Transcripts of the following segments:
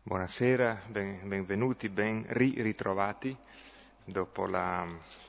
Buonasera, benvenuti, ben ritrovati dopo la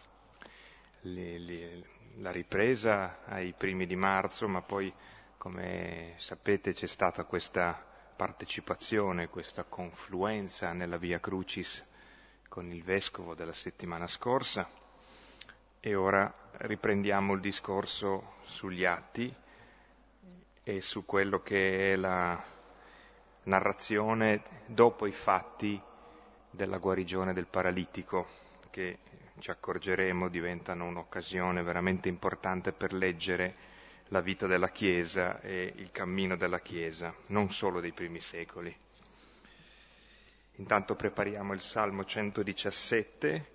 ripresa ai primi di marzo, ma poi, come sapete, c'è stata questa partecipazione, questa confluenza nella Via Crucis con il Vescovo della settimana scorsa e ora riprendiamo il discorso sugli atti e su quello che è la narrazione dopo i fatti della guarigione del paralitico, che ci accorgeremo diventano un'occasione veramente importante per leggere la vita della Chiesa e il cammino della Chiesa, non solo dei primi secoli. Intanto prepariamo il Salmo 117,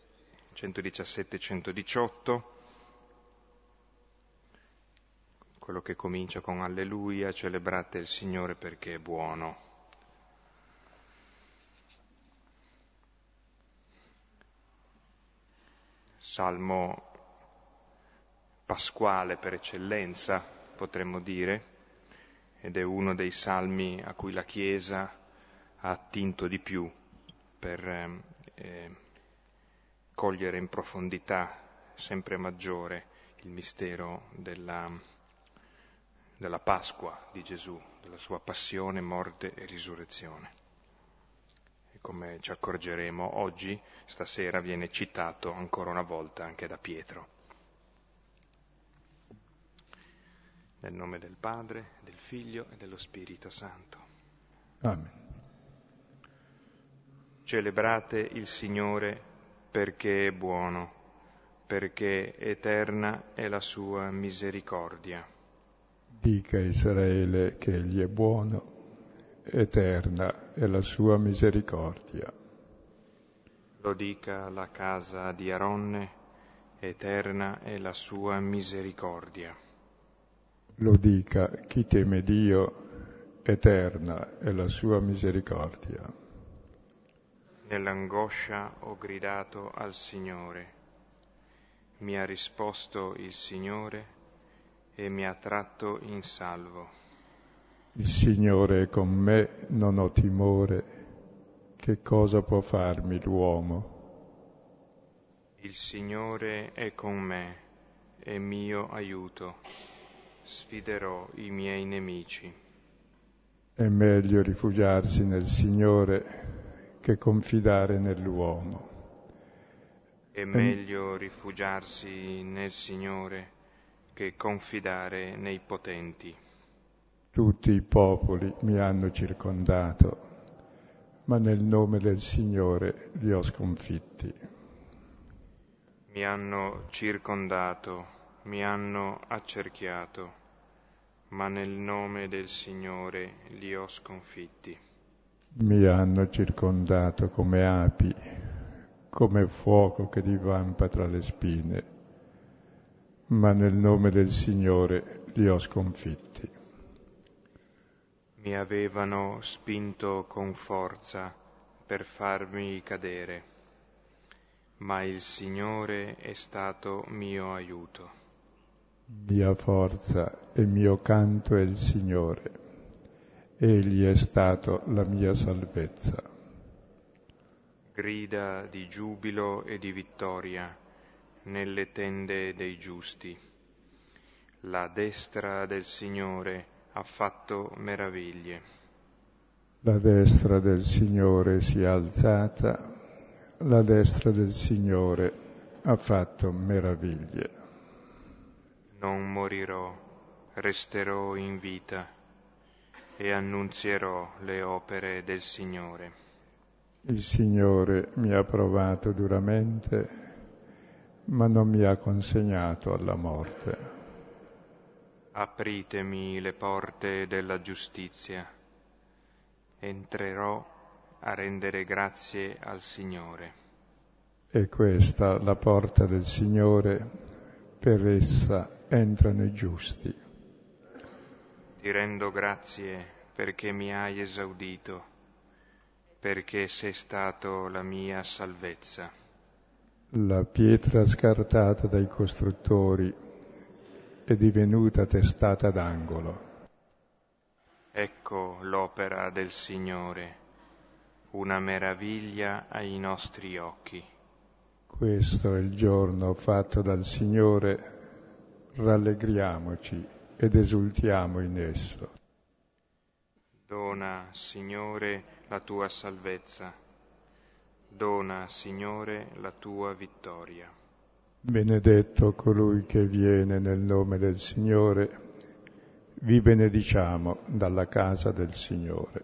117-118, quello che comincia con Alleluia, celebrate il Signore perché è buono. Salmo pasquale per eccellenza, potremmo dire, ed è uno dei salmi a cui la Chiesa ha attinto di più per cogliere in profondità sempre maggiore il mistero della Pasqua di Gesù, della sua passione, morte e risurrezione. E come ci accorgeremo oggi, stasera, viene citato ancora una volta anche da Pietro. Nel nome del Padre, del Figlio e dello Spirito Santo. Amen. Celebrate il Signore perché è buono, perché eterna è la sua misericordia. Dica Israele che Egli è buono, eterna è la sua misericordia. Lo dica la casa di Aronne, eterna è la sua misericordia. Lo dica chi teme Dio, eterna è la sua misericordia. Nell'angoscia ho gridato al Signore. Mi ha risposto il Signore e mi ha tratto in salvo. Il Signore è con me, non ho timore. Che cosa può farmi l'uomo? Il Signore è con me, è mio aiuto. Sfiderò i miei nemici. È meglio rifugiarsi nel Signore che confidare nell'uomo. È meglio rifugiarsi nel Signore che confidare nei potenti. Tutti i popoli mi hanno circondato, ma nel nome del Signore li ho sconfitti. Mi hanno circondato, mi hanno accerchiato, ma nel nome del Signore li ho sconfitti. Mi hanno circondato come api, come fuoco che divampa tra le spine, ma nel nome del Signore li ho sconfitti. Mi avevano spinto con forza per farmi cadere, ma il Signore è stato mio aiuto. Mia forza e mio canto è il Signore, Egli è stato la mia salvezza. Grida di giubilo e di vittoria nelle tende dei giusti. La destra del Signore ha fatto meraviglie. La destra del Signore si è alzata, la destra del Signore ha fatto meraviglie. Non morirò, resterò in vita e annunzierò le opere del Signore. Il Signore mi ha provato duramente, ma non mi ha consegnato alla morte. Apritemi le porte della giustizia. Entrerò a rendere grazie al Signore. È questa la porta del Signore, per essa entrano i giusti. Ti rendo grazie perché mi hai esaudito, perché sei stato la mia salvezza. La pietra scartata dai costruttori è divenuta testata d'angolo. Ecco l'opera del Signore, una meraviglia ai nostri occhi. Questo è il giorno fatto dal Signore, rallegriamoci ed esultiamo in esso. Dona, Signore, la tua salvezza. Dona, Signore, la tua vittoria. Benedetto colui che viene nel nome del Signore, vi benediciamo dalla casa del Signore.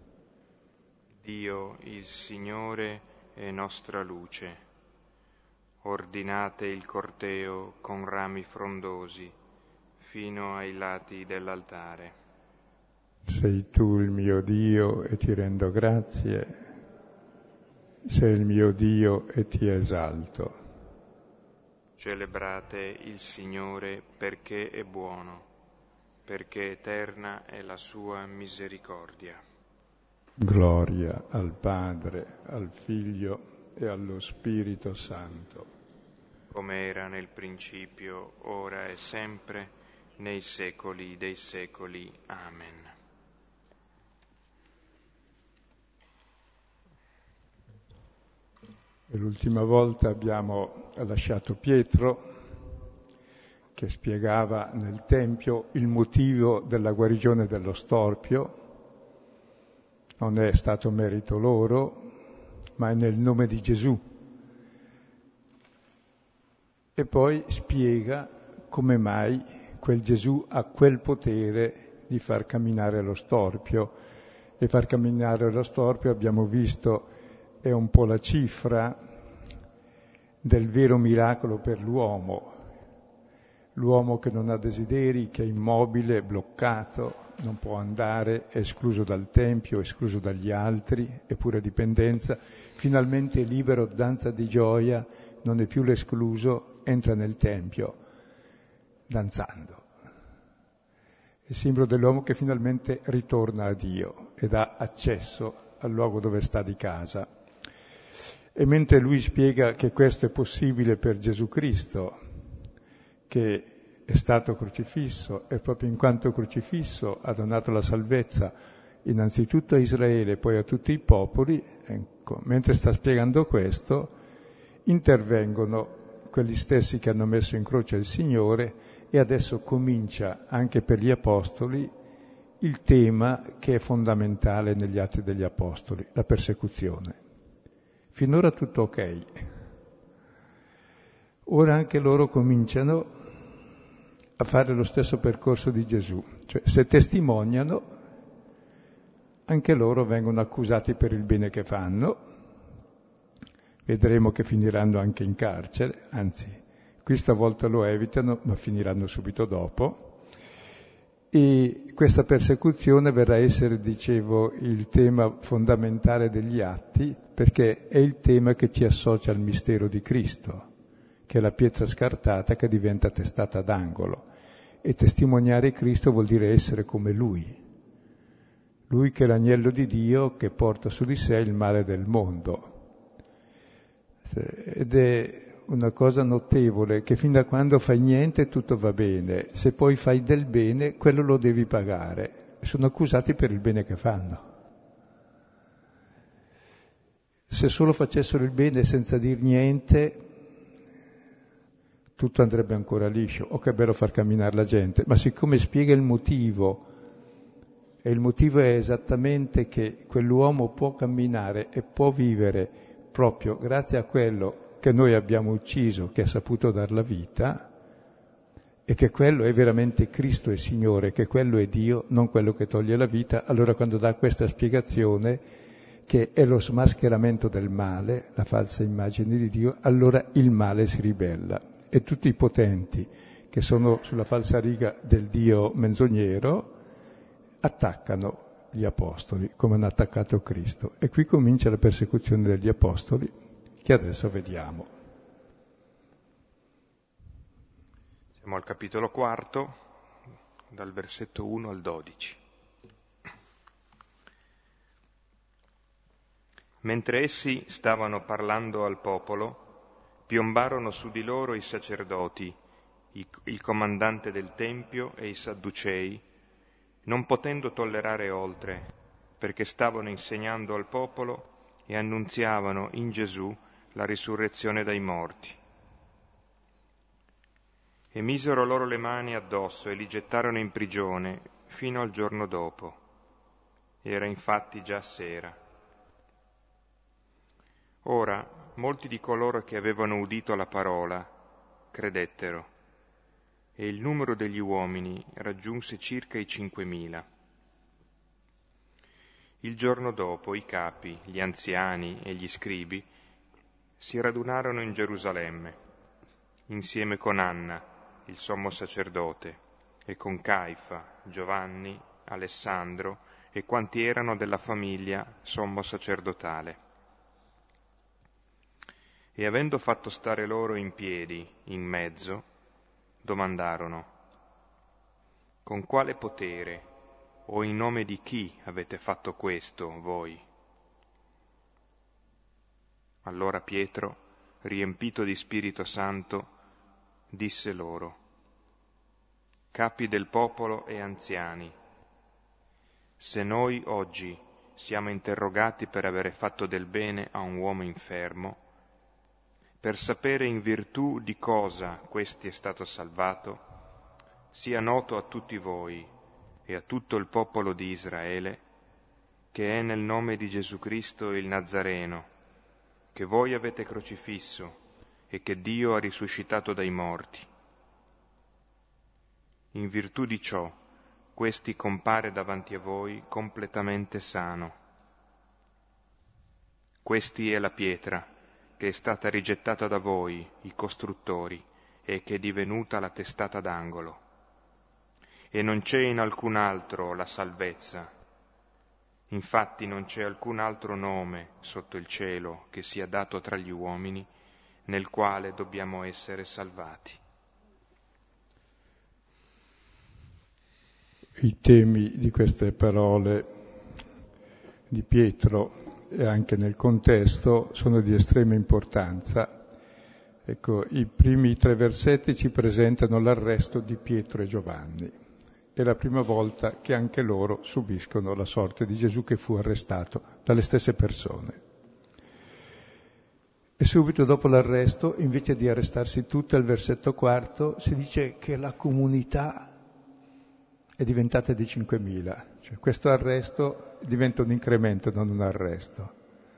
Dio, il Signore, è nostra luce. Ordinate il corteo con rami frondosi fino ai lati dell'altare. Sei tu il mio Dio e ti rendo grazie, sei il mio Dio e ti esalto. Celebrate il Signore perché è buono, perché eterna è la sua misericordia. Gloria al Padre, al Figlio e allo Spirito Santo. Come era nel principio, ora e sempre, nei secoli dei secoli. Amen. E l'ultima volta abbiamo lasciato Pietro che spiegava nel Tempio il motivo della guarigione dello storpio. Non è stato merito loro, ma è nel nome di Gesù. E poi spiega come mai quel Gesù ha quel potere di far camminare lo storpio. E far camminare lo storpio, abbiamo visto, è un po' la cifra del vero miracolo per l'uomo. L'uomo che non ha desideri, che è immobile, bloccato, non può andare, è escluso dal Tempio, escluso dagli altri, è pura dipendenza, finalmente è libero, danza di gioia, non è più l'escluso, entra nel Tempio, danzando. È il simbolo dell'uomo che finalmente ritorna a Dio ed ha accesso al luogo dove sta di casa. E mentre lui spiega che questo è possibile per Gesù Cristo, che è stato crocifisso e proprio in quanto crocifisso ha donato la salvezza innanzitutto a Israele e poi a tutti i popoli, ecco, mentre sta spiegando questo, intervengono quelli stessi che hanno messo in croce il Signore e adesso comincia anche per gli Apostoli il tema che è fondamentale negli Atti degli Apostoli, la persecuzione. Finora tutto ok. Ora anche loro cominciano a fare lo stesso percorso di Gesù. Cioè, se testimoniano, anche loro vengono accusati per il bene che fanno. Vedremo che finiranno anche in carcere, anzi, qui stavolta lo evitano, ma finiranno subito dopo. E questa persecuzione verrà a essere, dicevo, il tema fondamentale degli Atti, perché è il tema che ci associa al mistero di Cristo, che è la pietra scartata che diventa testata d'angolo. E testimoniare Cristo vuol dire essere come Lui. Lui che è l'agnello di Dio che porta su di sé il male del mondo. Ed è una cosa notevole che fin da quando fai niente tutto va bene. Se poi fai del bene, quello lo devi pagare. Sono accusati per il bene che fanno. Se solo facessero il bene senza dir niente, tutto andrebbe ancora liscio. Oh, che bello far camminare la gente. Ma siccome spiega il motivo, e il motivo è esattamente che quell'uomo può camminare e può vivere proprio grazie a quello che noi abbiamo ucciso, che ha saputo dar la vita, e che quello è veramente Cristo e Signore, che quello è Dio, non quello che toglie la vita, allora quando dà questa spiegazione, che è lo smascheramento del male, la falsa immagine di Dio, allora il male si ribella. E tutti i potenti che sono sulla falsa riga del Dio menzognero attaccano gli apostoli, come hanno attaccato Cristo. E qui comincia la persecuzione degli apostoli, che adesso vediamo. Siamo al capitolo 4, dal versetto 1 al 12. Mentre essi stavano parlando al popolo, piombarono su di loro i sacerdoti, il comandante del Tempio e i Sadducei, non potendo tollerare oltre, perché stavano insegnando al popolo e annunziavano in Gesù la risurrezione dai morti. E misero loro le mani addosso e li gettarono in prigione fino al giorno dopo. Era infatti già sera. Ora molti di coloro che avevano udito la parola credettero, e il numero degli uomini raggiunse circa i 5.000. Il giorno dopo i capi, gli anziani e gli scribi si radunarono in Gerusalemme, insieme con Anna, il sommo sacerdote, e con Caifa, Giovanni, Alessandro e quanti erano della famiglia sommo sacerdotale. E avendo fatto stare loro in piedi, in mezzo, domandarono: con quale potere o in nome di chi avete fatto questo voi? Allora Pietro, riempito di Spirito Santo, disse loro: capi del popolo e anziani, se noi oggi siamo interrogati per avere fatto del bene a un uomo infermo, per sapere in virtù di cosa questi è stato salvato, sia noto a tutti voi e a tutto il popolo di Israele che è nel nome di Gesù Cristo il Nazareno, che voi avete crocifisso e che Dio ha risuscitato dai morti. In virtù di ciò, questi compare davanti a voi completamente sano. Questi è la pietra che è stata rigettata da voi, i costruttori, e che è divenuta la testata d'angolo. E non c'è in alcun altro la salvezza. Infatti non c'è alcun altro nome sotto il cielo che sia dato tra gli uomini nel quale dobbiamo essere salvati. I temi di queste parole di Pietro e anche nel contesto sono di estrema importanza. Ecco, i primi 3 versetti ci presentano l'arresto di Pietro e Giovanni. È la prima volta che anche loro subiscono la sorte di Gesù, che fu arrestato dalle stesse persone. E subito dopo l'arresto, invece di arrestarsi tutti, al versetto 4, si dice che la comunità è diventata di 5.000. Cioè, questo arresto diventa un incremento, non un arresto.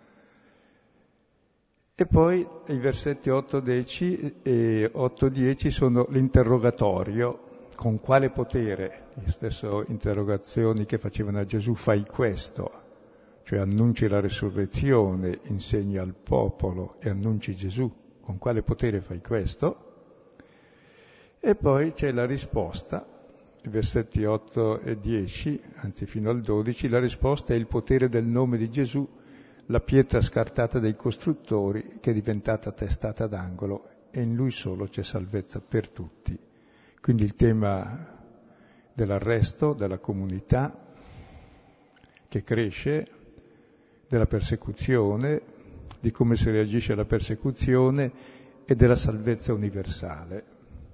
E poi i versetti 8-10 e 8-10 sono l'interrogatorio: con quale potere? Le stesse interrogazioni che facevano a Gesù: fai questo, cioè annunci la risurrezione, insegni al popolo e annunci Gesù. Con quale potere fai questo? E poi c'è la risposta, i versetti 8 e 10, anzi fino al 12, la risposta è il potere del nome di Gesù, la pietra scartata dai costruttori che è diventata testata d'angolo, e in lui solo c'è salvezza per tutti. Quindi il tema dell'arresto, della comunità che cresce, della persecuzione, di come si reagisce alla persecuzione e della salvezza universale.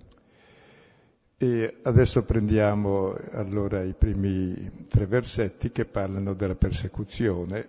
E adesso prendiamo allora i primi 3 versetti che parlano della persecuzione.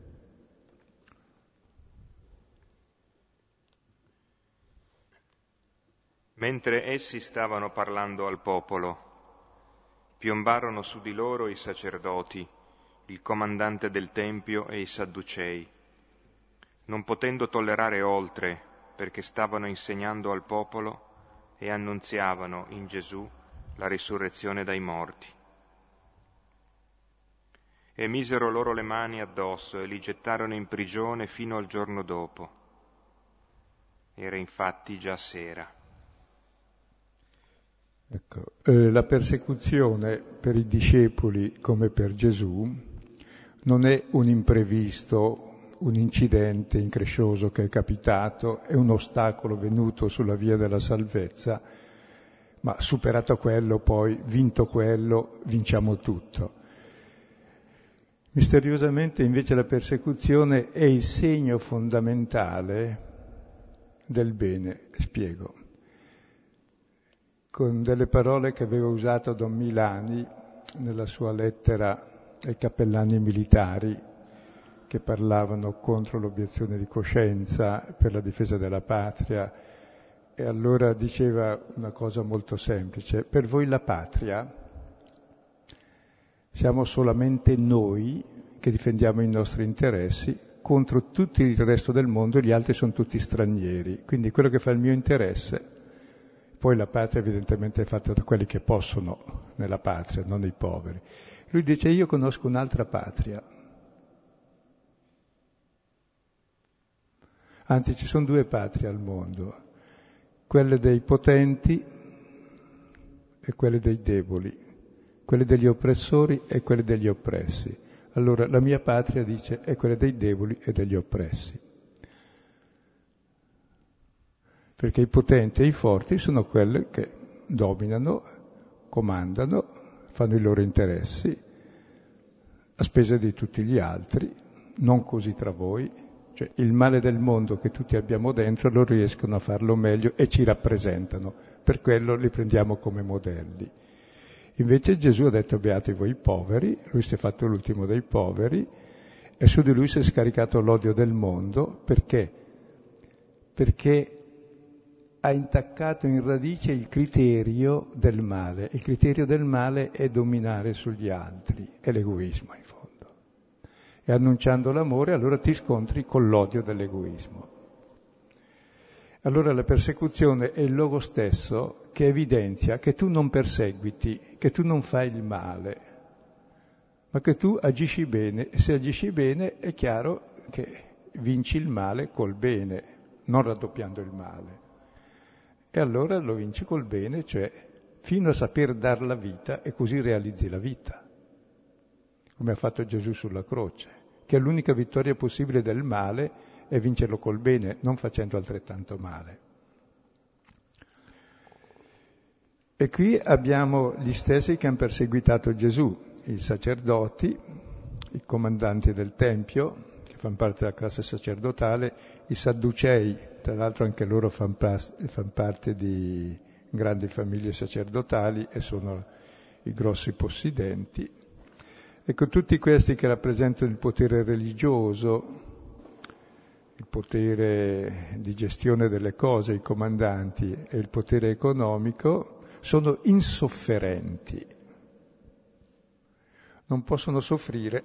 Mentre essi stavano parlando al popolo, piombarono su di loro i sacerdoti, il comandante del Tempio e i Sadducei, non potendo tollerare oltre, perché stavano insegnando al popolo e annunziavano in Gesù la risurrezione dai morti. E misero loro le mani addosso e li gettarono in prigione fino al giorno dopo. Era infatti già sera. Ecco, la persecuzione per i discepoli, come per Gesù, non è un imprevisto, un incidente increscioso che è capitato, è un ostacolo venuto sulla via della salvezza, ma superato quello poi, vinto quello, vinciamo tutto. Misteriosamente invece la persecuzione è il segno fondamentale del bene. Spiego. Con delle parole che aveva usato Don Milani nella sua lettera ai cappellani militari che parlavano contro l'obiezione di coscienza per la difesa della patria, e allora diceva una cosa molto semplice: per voi la patria siamo solamente noi che difendiamo i nostri interessi contro tutto il resto del mondo, gli altri sono tutti stranieri, quindi quello che fa il mio interesse, poi la patria evidentemente è fatta da quelli che possono nella patria, non i poveri. Lui dice: io conosco un'altra patria, anzi ci sono due patrie al mondo, quelle dei potenti e quelle dei deboli, quelle degli oppressori e quelle degli oppressi. Allora la mia patria, dice, è quella dei deboli e degli oppressi. Perché i potenti e i forti sono quelli che dominano, comandano, fanno i loro interessi a spese di tutti gli altri, non così tra voi. Cioè il male del mondo che tutti abbiamo dentro loro riescono a farlo meglio e ci rappresentano, per quello li prendiamo come modelli. Invece Gesù ha detto: beati voi poveri, lui si è fatto l'ultimo dei poveri e su di lui si è scaricato l'odio del mondo. Perché? Perché ha intaccato in radice il criterio del male. Il criterio del male è dominare sugli altri, è l'egoismo in fondo. E annunciando l'amore allora ti scontri con l'odio dell'egoismo. Allora la persecuzione è il logo stesso che evidenzia che tu non perseguiti, che tu non fai il male, ma che tu agisci bene. E se agisci bene è chiaro che vinci il male col bene, non raddoppiando il male. E allora lo vinci col bene, cioè fino a saper dar la vita, e così realizzi la vita, come ha fatto Gesù sulla croce, che è l'unica vittoria possibile del male, è vincerlo col bene, non facendo altrettanto male. E qui abbiamo gli stessi che hanno perseguitato Gesù, i sacerdoti, i comandanti del Tempio, che fanno parte della classe sacerdotale, i Sadducei, tra l'altro anche loro fanno parte di grandi famiglie sacerdotali e sono i grossi possidenti. Ecco, tutti questi che rappresentano il potere religioso, il potere di gestione delle cose, i comandanti, e il potere economico, sono insofferenti. Non possono soffrire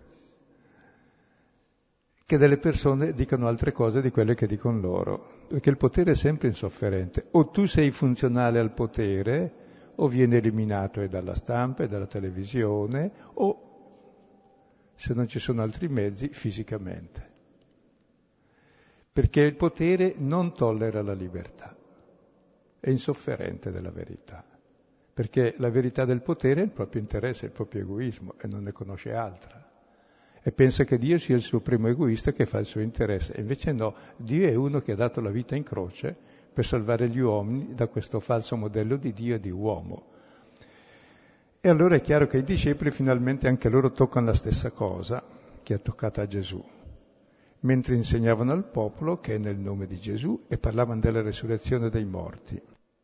che delle persone dicano altre cose di quelle che dicono loro, perché il potere è sempre insofferente. O tu sei funzionale al potere, o viene eliminato dalla stampa e dalla televisione, o, se non ci sono altri mezzi, fisicamente. Perché il potere non tollera la libertà, è insofferente della verità, perché la verità del potere è il proprio interesse, il proprio egoismo, e non ne conosce altra. E pensa che Dio sia il suo primo egoista che fa il suo interesse, e invece no, Dio è uno che ha dato la vita in croce per salvare gli uomini da questo falso modello di Dio e di uomo. E allora è chiaro che i discepoli finalmente anche loro toccano la stessa cosa che ha toccata a Gesù, mentre insegnavano al popolo che è nel nome di Gesù e parlavano della resurrezione dei morti.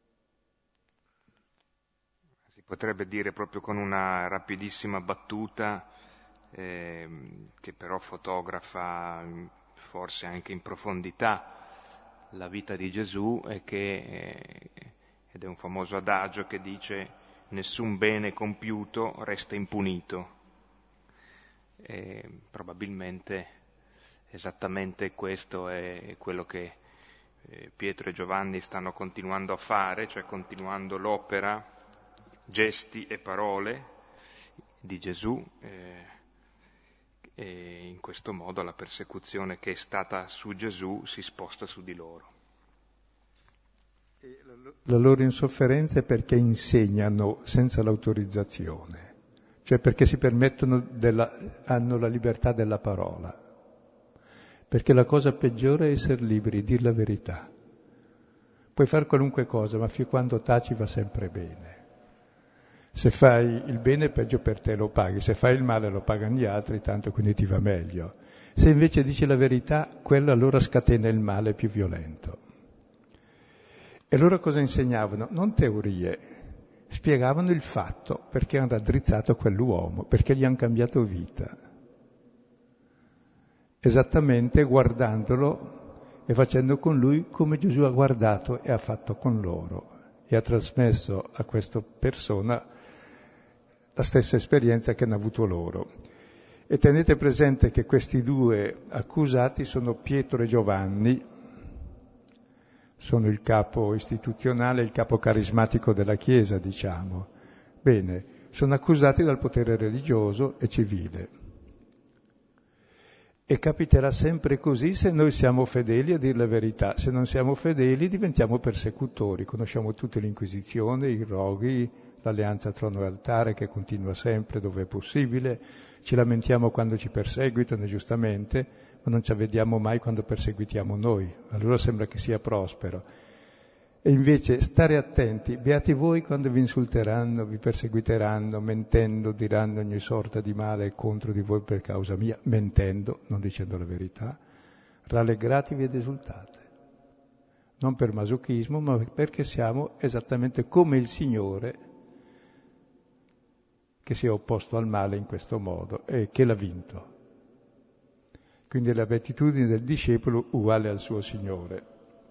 Si potrebbe dire proprio con una rapidissima battuta che però fotografa forse anche in profondità la vita di Gesù, ed è un famoso adagio che dice: nessun bene compiuto resta impunito. Probabilmente esattamente questo è quello che Pietro e Giovanni stanno continuando a fare, cioè continuando l'opera, gesti e parole di Gesù, e in questo modo la persecuzione che è stata su Gesù si sposta su di loro. La loro insofferenza è perché insegnano senza l'autorizzazione, cioè perché si permettono hanno la libertà della parola. Perché la cosa peggiore è essere liberi, dir la verità. Puoi fare qualunque cosa, ma fin quando taci va sempre bene. Se fai il bene, peggio per te, lo paghi. Se fai il male, lo pagano gli altri, tanto quindi ti va meglio. Se invece dici la verità, quello allora scatena il male più violento. E loro cosa insegnavano? Non teorie, spiegavano il fatto perché hanno raddrizzato quell'uomo, perché gli hanno cambiato vita. Esattamente guardandolo e facendo con lui come Gesù ha guardato e ha fatto con loro e ha trasmesso a questa persona la stessa esperienza che hanno avuto loro. E tenete presente che questi due accusati sono Pietro e Giovanni, sono il capo istituzionale, il capo carismatico della Chiesa, diciamo. Bene, sono accusati dal potere religioso e civile. E capiterà sempre così se noi siamo fedeli a dire la verità. Se non siamo fedeli diventiamo persecutori. Conosciamo tutte l'Inquisizione, i roghi, l'alleanza trono e altare che continua sempre dove è possibile. Ci lamentiamo quando ci perseguitano, giustamente, ma non ci avvediamo mai quando perseguitiamo noi. Allora sembra che sia prospero. E invece stare attenti, beati voi quando vi insulteranno, vi perseguiteranno, mentendo, diranno ogni sorta di male contro di voi per causa mia, mentendo, non dicendo la verità, rallegratevi ed esultate. Non per masochismo, ma perché siamo esattamente come il Signore che si è opposto al male in questo modo e che l'ha vinto. Quindi la beatitudine del discepolo uguale al suo Signore.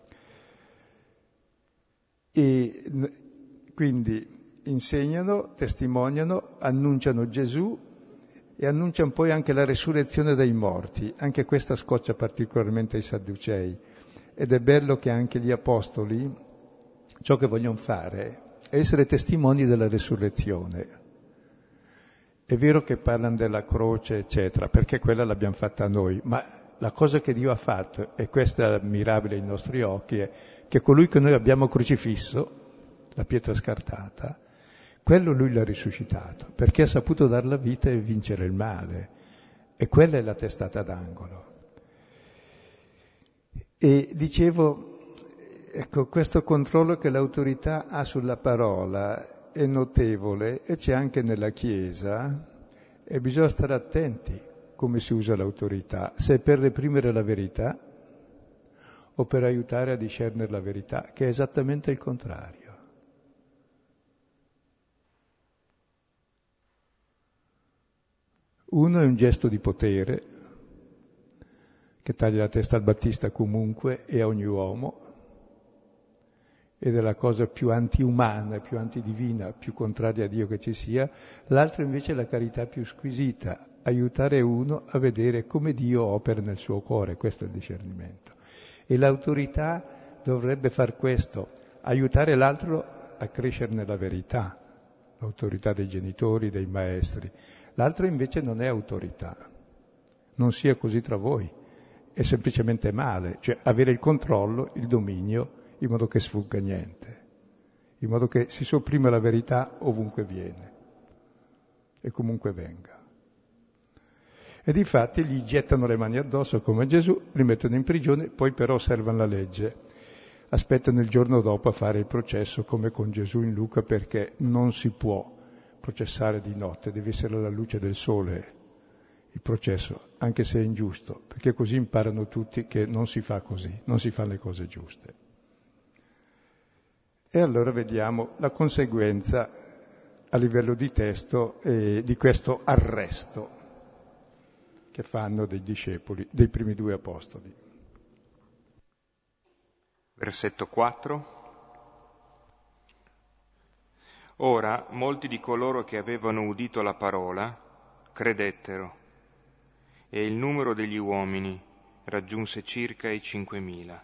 E quindi insegnano, testimoniano, annunciano Gesù e annunciano poi anche la resurrezione dai morti. Anche questa scoccia particolarmente i Sadducei. Ed è bello che anche gli apostoli ciò che vogliono fare è essere testimoni della resurrezione. È vero che parlano della croce, eccetera, perché quella l'abbiamo fatta noi, ma la cosa che Dio ha fatto, e questa è ammirabile ai nostri occhi, è che colui che noi abbiamo crocifisso, la pietra scartata, quello lui l'ha risuscitato, perché ha saputo dar la vita e vincere il male. E quella è la testata d'angolo. E dicevo, ecco, questo controllo che l'autorità ha sulla parola è notevole e c'è anche nella Chiesa e bisogna stare attenti come si usa l'autorità, se è per reprimere la verità o per aiutare a discernere la verità, che è esattamente il contrario. Uno è un gesto di potere che taglia la testa al Battista comunque e a ogni uomo, ed è la cosa più antiumana, più antidivina, più contraria a Dio che ci sia. L'altro invece è la carità più squisita, aiutare uno a vedere come Dio opera nel suo cuore, questo è il discernimento. E l'autorità dovrebbe far questo, aiutare l'altro a crescere nella verità, l'autorità dei genitori, dei maestri. L'altro invece non è autorità, non sia così tra voi, è semplicemente male, cioè avere il controllo, il dominio, in modo che sfugga niente, in modo che si sopprima la verità ovunque viene e comunque venga. E difatti gli gettano le mani addosso come Gesù, li mettono in prigione, poi però osservano la legge, aspettano il giorno dopo a fare il processo come con Gesù in Luca, perché non si può processare di notte, deve essere alla luce del sole il processo, anche se è ingiusto, perché così imparano tutti che non si fa così, non si fanno le cose giuste. E allora vediamo la conseguenza a livello di testo di questo arresto che fanno dei discepoli, dei primi due apostoli. Versetto 4. Ora molti di coloro che avevano udito la parola credettero, e il numero degli uomini raggiunse circa i 5.000.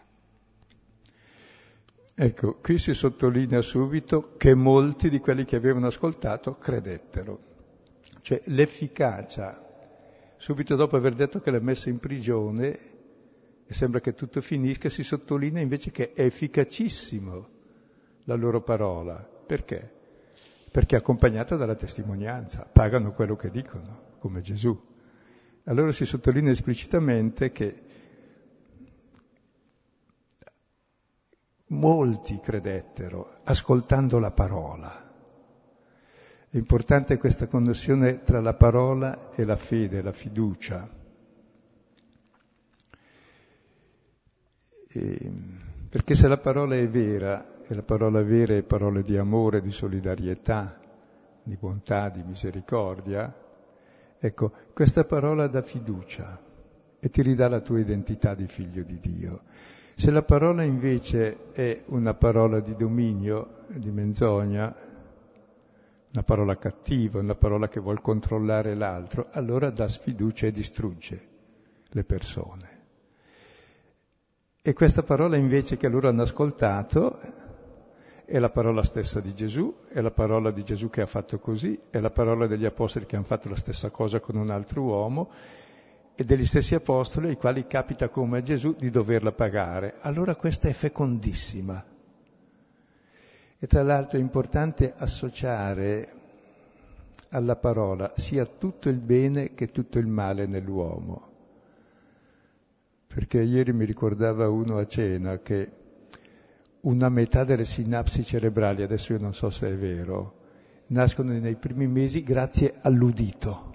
Ecco, qui si sottolinea subito che molti di quelli che avevano ascoltato credettero. Cioè l'efficacia, subito dopo aver detto che l'ha messa in prigione, e sembra che tutto finisca, si sottolinea invece che è efficacissimo la loro parola. Perché? Perché è accompagnata dalla testimonianza, pagano quello che dicono, come Gesù. Allora si sottolinea esplicitamente che molti credettero, ascoltando la parola. È importante questa connessione tra la parola e la fede, la fiducia. Perché se la parola è vera, e la parola vera è parola di amore, di solidarietà, di bontà, di misericordia. Ecco, questa parola dà fiducia e ti ridà la tua identità di figlio di Dio. Se la parola invece è una parola di dominio, di menzogna, una parola cattiva, una parola che vuol controllare l'altro, allora dà sfiducia e distrugge le persone. E questa parola invece che loro hanno ascoltato è la parola stessa di Gesù, è la parola di Gesù che ha fatto così, è la parola degli apostoli che hanno fatto la stessa cosa con un altro uomo e degli stessi apostoli ai quali capita come a Gesù di doverla pagare. Allora questa è fecondissima. E tra l'altro è importante associare alla parola sia tutto il bene che tutto il male nell'uomo. Perché ieri mi ricordava uno a cena che una metà delle sinapsi cerebrali, adesso io non so se è vero, nascono nei primi mesi grazie all'udito,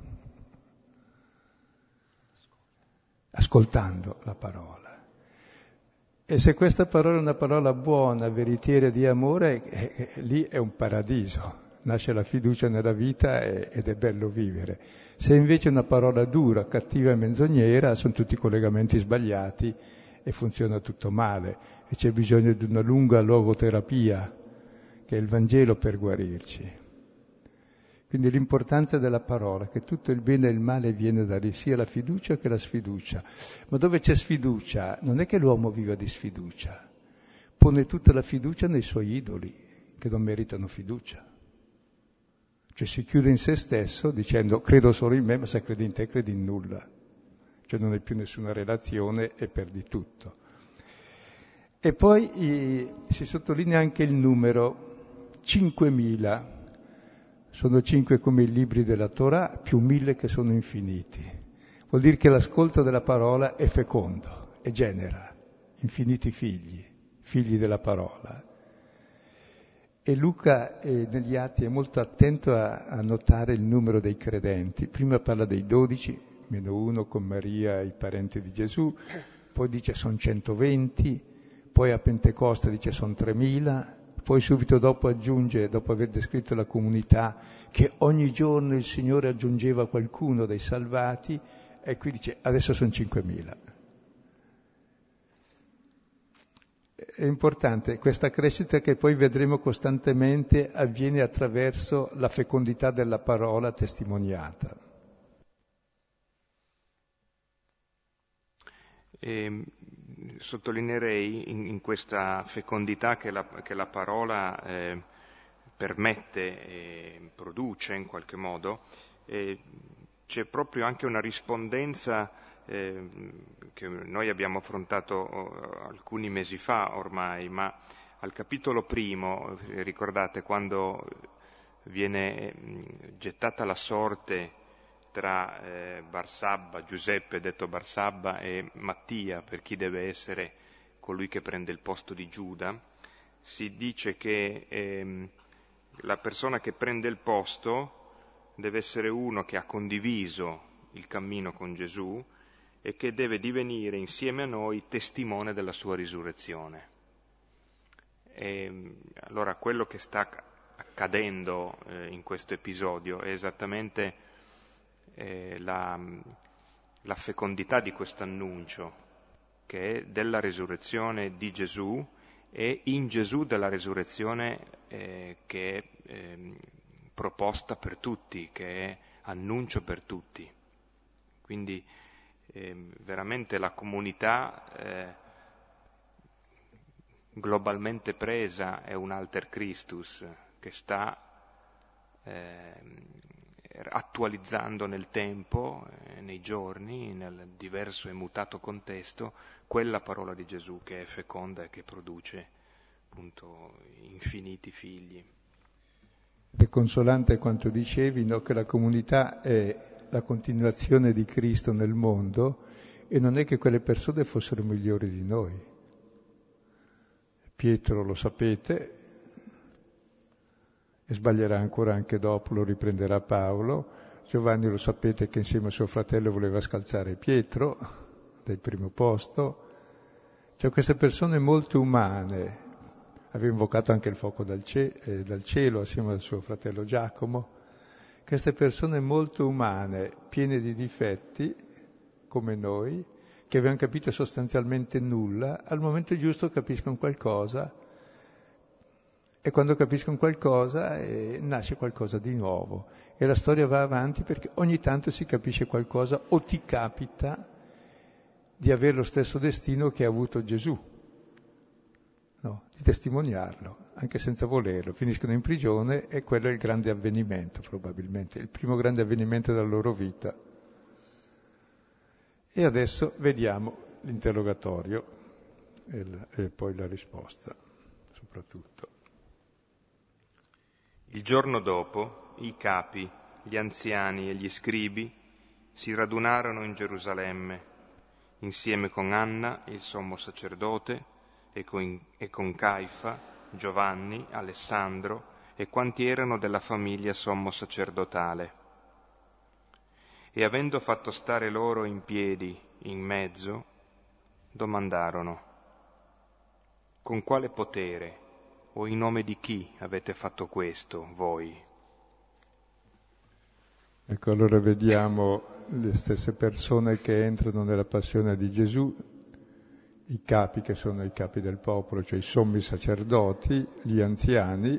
ascoltando la parola. E se questa parola è una parola buona, veritiera di amore, lì è un paradiso. Nasce la fiducia nella vita ed è bello vivere. Se invece è una parola dura, cattiva e menzognera, sono tutti collegamenti sbagliati e funziona tutto male. E c'è bisogno di una lunga logoterapia, che è il Vangelo per guarirci. Quindi l'importanza della parola, che tutto il bene e il male viene da lì, sia la fiducia che la sfiducia. Ma dove c'è sfiducia, non è che l'uomo viva di sfiducia, pone tutta la fiducia nei suoi idoli, che non meritano fiducia. Cioè si chiude in se stesso dicendo credo solo in me, ma se credi in te credi in nulla. Cioè non hai più nessuna relazione e perdi tutto. E poi si sottolinea anche il numero, 5.000. Sono 5 come i libri della Torah, più 1.000 che sono infiniti. Vuol dire che l'ascolto della parola è fecondo e genera infiniti figli, figli della parola. E Luca negli Atti è molto attento a notare il numero dei credenti. Prima parla dei 12, meno uno con Maria e i parenti di Gesù, poi dice sono 120, poi a Pentecoste dice sono 3.000, poi subito dopo aggiunge, dopo aver descritto la comunità, che ogni giorno il Signore aggiungeva qualcuno dei salvati, e qui dice adesso sono 5.000. È importante questa crescita che poi vedremo costantemente avviene attraverso la fecondità della parola testimoniata. E sottolineerei in questa fecondità che la parola permette e produce in qualche modo, c'è proprio anche una rispondenza che noi abbiamo affrontato alcuni mesi fa ormai, ma al capitolo 1, ricordate, quando viene gettata la sorte tra Barsabba, Giuseppe detto Barsabba, e Mattia, per chi deve essere colui che prende il posto di Giuda, si dice che la persona che prende il posto deve essere uno che ha condiviso il cammino con Gesù e che deve divenire insieme a noi testimone della sua risurrezione. E allora quello che sta accadendo in questo episodio è esattamente la fecondità di questo annuncio, che è della risurrezione di Gesù e in Gesù della risurrezione che è proposta per tutti, che è annuncio per tutti. Quindi veramente la comunità globalmente presa è un alter Christus che sta attualizzando nel tempo, nei giorni, nel diverso e mutato contesto, quella parola di Gesù che è feconda e che produce appunto infiniti figli. È consolante quanto dicevi, no? Che la comunità è la continuazione di Cristo nel mondo e non è che quelle persone fossero migliori di noi. Pietro, lo sapete, e sbaglierà ancora anche dopo, lo riprenderà Paolo. Giovanni, lo sapete, che insieme a suo fratello voleva scalzare Pietro dal primo posto. Cioè queste persone molto umane, aveva invocato anche il fuoco dal cielo assieme al suo fratello Giacomo. Queste persone molto umane, piene di difetti, come noi, che avevano capito sostanzialmente nulla, al momento giusto capiscono qualcosa, e quando capiscono qualcosa nasce qualcosa di nuovo. E la storia va avanti perché ogni tanto si capisce qualcosa o ti capita di avere lo stesso destino che ha avuto Gesù, no? Di testimoniarlo, anche senza volerlo. Finiscono in prigione e quello è il grande avvenimento, probabilmente, il primo grande avvenimento della loro vita. E adesso vediamo l'interrogatorio e poi la risposta, soprattutto. Il giorno dopo i capi, gli anziani e gli scribi si radunarono in Gerusalemme, insieme con Anna, il sommo sacerdote, e con Caifa, Giovanni, Alessandro e quanti erano della famiglia sommo sacerdotale. E avendo fatto stare loro in piedi in mezzo, domandarono: con quale potere o in nome di chi avete fatto questo voi? Ecco, allora vediamo le stesse persone che entrano nella passione di Gesù, i capi che sono i capi del popolo, cioè i sommi sacerdoti, gli anziani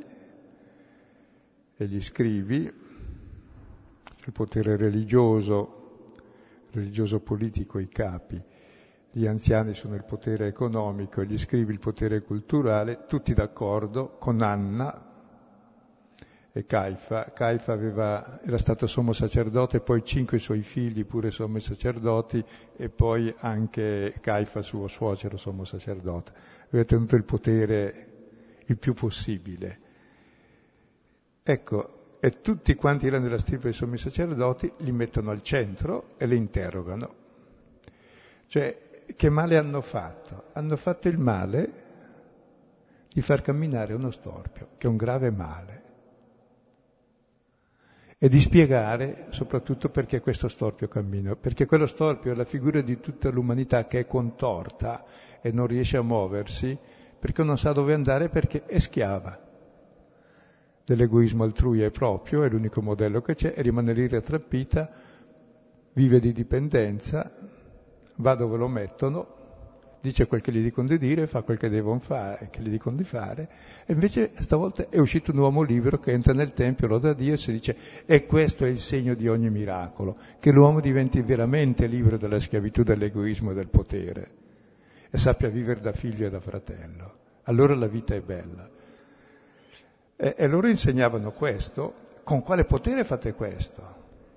e gli scribi, il potere religioso politico, i capi. Gli anziani sono il potere economico, gli scribi il potere culturale, tutti d'accordo con Anna e Caifa. Caifa era stato sommo sacerdote, poi 5 suoi figli pure sommi sacerdoti, e poi anche Caifa, suo suocero, sommo sacerdote. Aveva tenuto il potere il più possibile. Ecco, e tutti quanti erano della stirpe dei sommi sacerdoti li mettono al centro e li interrogano. Cioè, che male hanno fatto? Hanno fatto il male di far camminare uno storpio, che è un grave male, e di spiegare soprattutto perché questo storpio cammina, perché quello storpio è la figura di tutta l'umanità che è contorta e non riesce a muoversi, perché non sa dove andare, perché è schiava dell'egoismo altrui e proprio, è l'unico modello che c'è, e rimane lì rattrappita, vive di dipendenza, va dove lo mettono, dice quel che gli dicono di dire, fa quel che devono fare, che gli dicono di fare, e invece stavolta è uscito un uomo libero che entra nel Tempio, loda Dio, e si dice: e questo è il segno di ogni miracolo, che l'uomo diventi veramente libero dalla schiavitù, dall'egoismo e del potere, e sappia vivere da figlio e da fratello. Allora la vita è bella. E loro insegnavano questo. Con quale potere fate questo?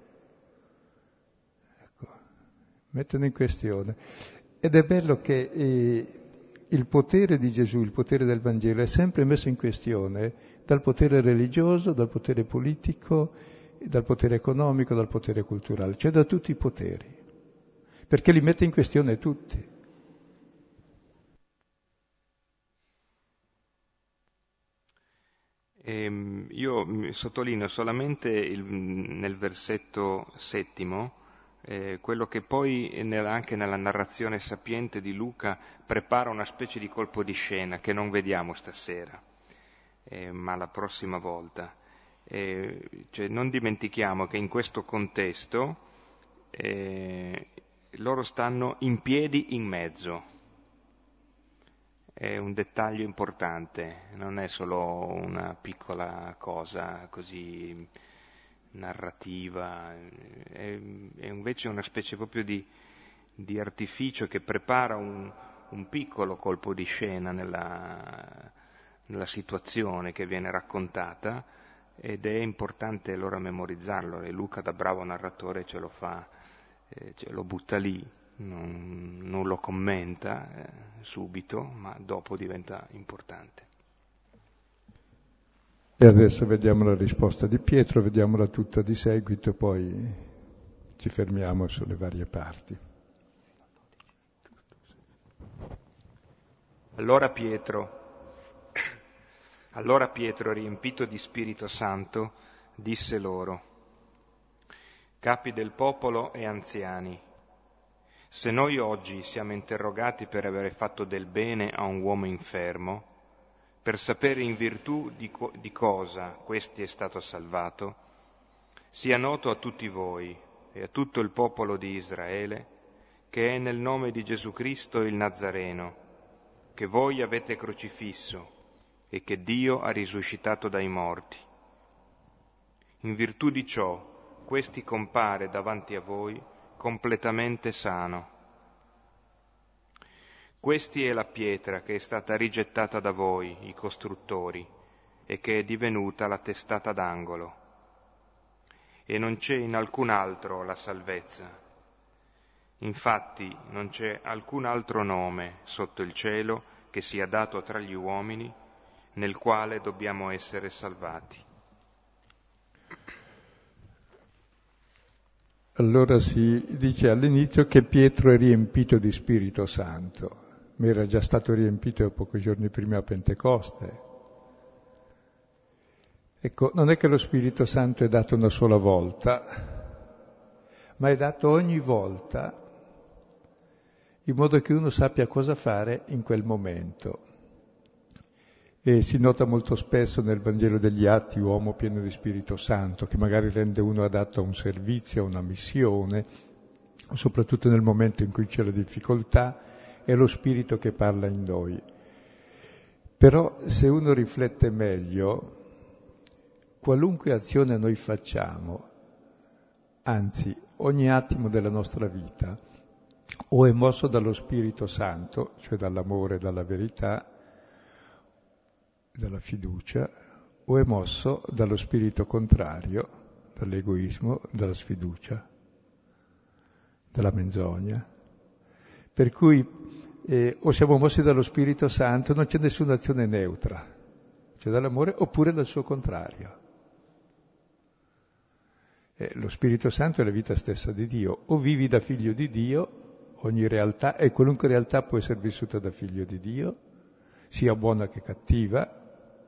Ecco, mettono in questione. Ed è bello che il potere di Gesù, il potere del Vangelo è sempre messo in questione dal potere religioso, dal potere politico, dal potere economico, dal potere culturale, cioè da tutti i poteri, perché li mette in questione tutti. Io sottolineo solamente nel versetto 7, quello che poi anche nella narrazione sapiente di Luca prepara una specie di colpo di scena che non vediamo stasera, ma la prossima volta. Cioè, non dimentichiamo che in questo contesto loro stanno in piedi in mezzo. È un dettaglio importante, non è solo una piccola cosa così narrativa, è invece una specie proprio di artificio che prepara un piccolo colpo di scena nella situazione che viene raccontata, ed è importante allora memorizzarlo, e Luca, da bravo narratore, ce lo fa, lo butta lì. Non lo commenta subito, ma dopo diventa importante. E adesso vediamo la risposta di Pietro, vediamola tutta di seguito, poi ci fermiamo sulle varie parti. Allora Pietro, riempito di Spirito Santo, disse loro: capi del popolo e anziani, se noi oggi siamo interrogati per avere fatto del bene a un uomo infermo, per sapere in virtù di cosa questi è stato salvato, sia noto a tutti voi e a tutto il popolo di Israele che è nel nome di Gesù Cristo il Nazareno, che voi avete crocifisso e che Dio ha risuscitato dai morti. In virtù di ciò, questi compare davanti a voi completamente sano. Questi è la pietra che è stata rigettata da voi, i costruttori, e che è divenuta la testata d'angolo. E non c'è in alcun altro la salvezza. Infatti non c'è alcun altro nome sotto il cielo che sia dato tra gli uomini nel quale dobbiamo essere salvati. Allora si dice all'inizio che Pietro è riempito di Spirito Santo, ma era già stato riempito pochi giorni prima a Pentecoste. Ecco, non è che lo Spirito Santo è dato una sola volta, ma è dato ogni volta in modo che uno sappia cosa fare in quel momento. E si nota molto spesso nel Vangelo degli Atti uomo pieno di Spirito Santo, che magari rende uno adatto a un servizio, a una missione, soprattutto nel momento in cui c'è la difficoltà, è lo Spirito che parla in noi. Però se uno riflette meglio, qualunque azione noi facciamo, anzi ogni attimo della nostra vita, o è mosso dallo Spirito Santo, cioè dall'amore, dalla verità, dalla fiducia, o è mosso dallo spirito contrario, dall'egoismo, dalla sfiducia, dalla menzogna. Per cui o siamo mossi dallo Spirito Santo, non c'è nessuna azione neutra, c'è dall'amore oppure dal suo contrario. Lo Spirito Santo è la vita stessa di Dio, o vivi da figlio di Dio, ogni realtà, e qualunque realtà può essere vissuta da figlio di Dio, sia buona che cattiva.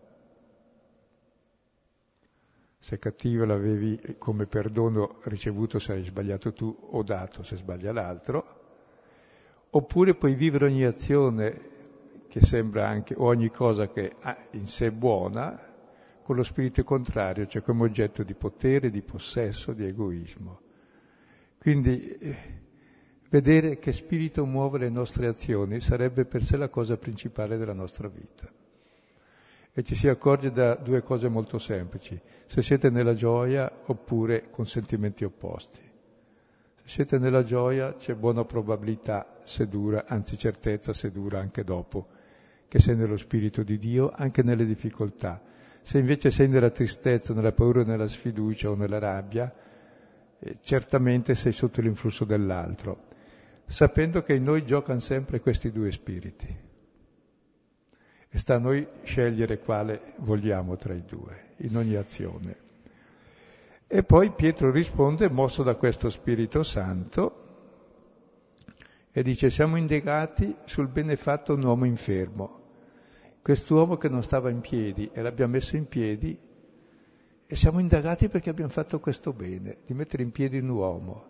Se cattiva l'avevi come perdono ricevuto se hai sbagliato tu o dato se sbaglia l'altro, oppure puoi vivere ogni azione che sembra anche, o ogni cosa che in sé è buona, con lo spirito contrario, cioè come oggetto di potere, di possesso, di egoismo. Quindi vedere che spirito muove le nostre azioni sarebbe per sé la cosa principale della nostra vita. E ci si accorge da due cose molto semplici: se siete nella gioia oppure con sentimenti opposti. Se siete nella gioia c'è buona probabilità, se dura, anzi certezza, se dura anche dopo, che sei nello Spirito di Dio anche nelle difficoltà. Se invece sei nella tristezza, nella paura, nella sfiducia o nella rabbia, certamente sei sotto l'influsso dell'altro, sapendo che in noi giocano sempre questi due spiriti. E sta a noi scegliere quale vogliamo tra i due, in ogni azione. E poi Pietro risponde, mosso da questo Spirito Santo, e dice: siamo indagati sul benefatto un uomo infermo. Quest'uomo che non stava in piedi e l'abbiamo messo in piedi, e siamo indagati perché abbiamo fatto questo bene, di mettere in piedi un uomo.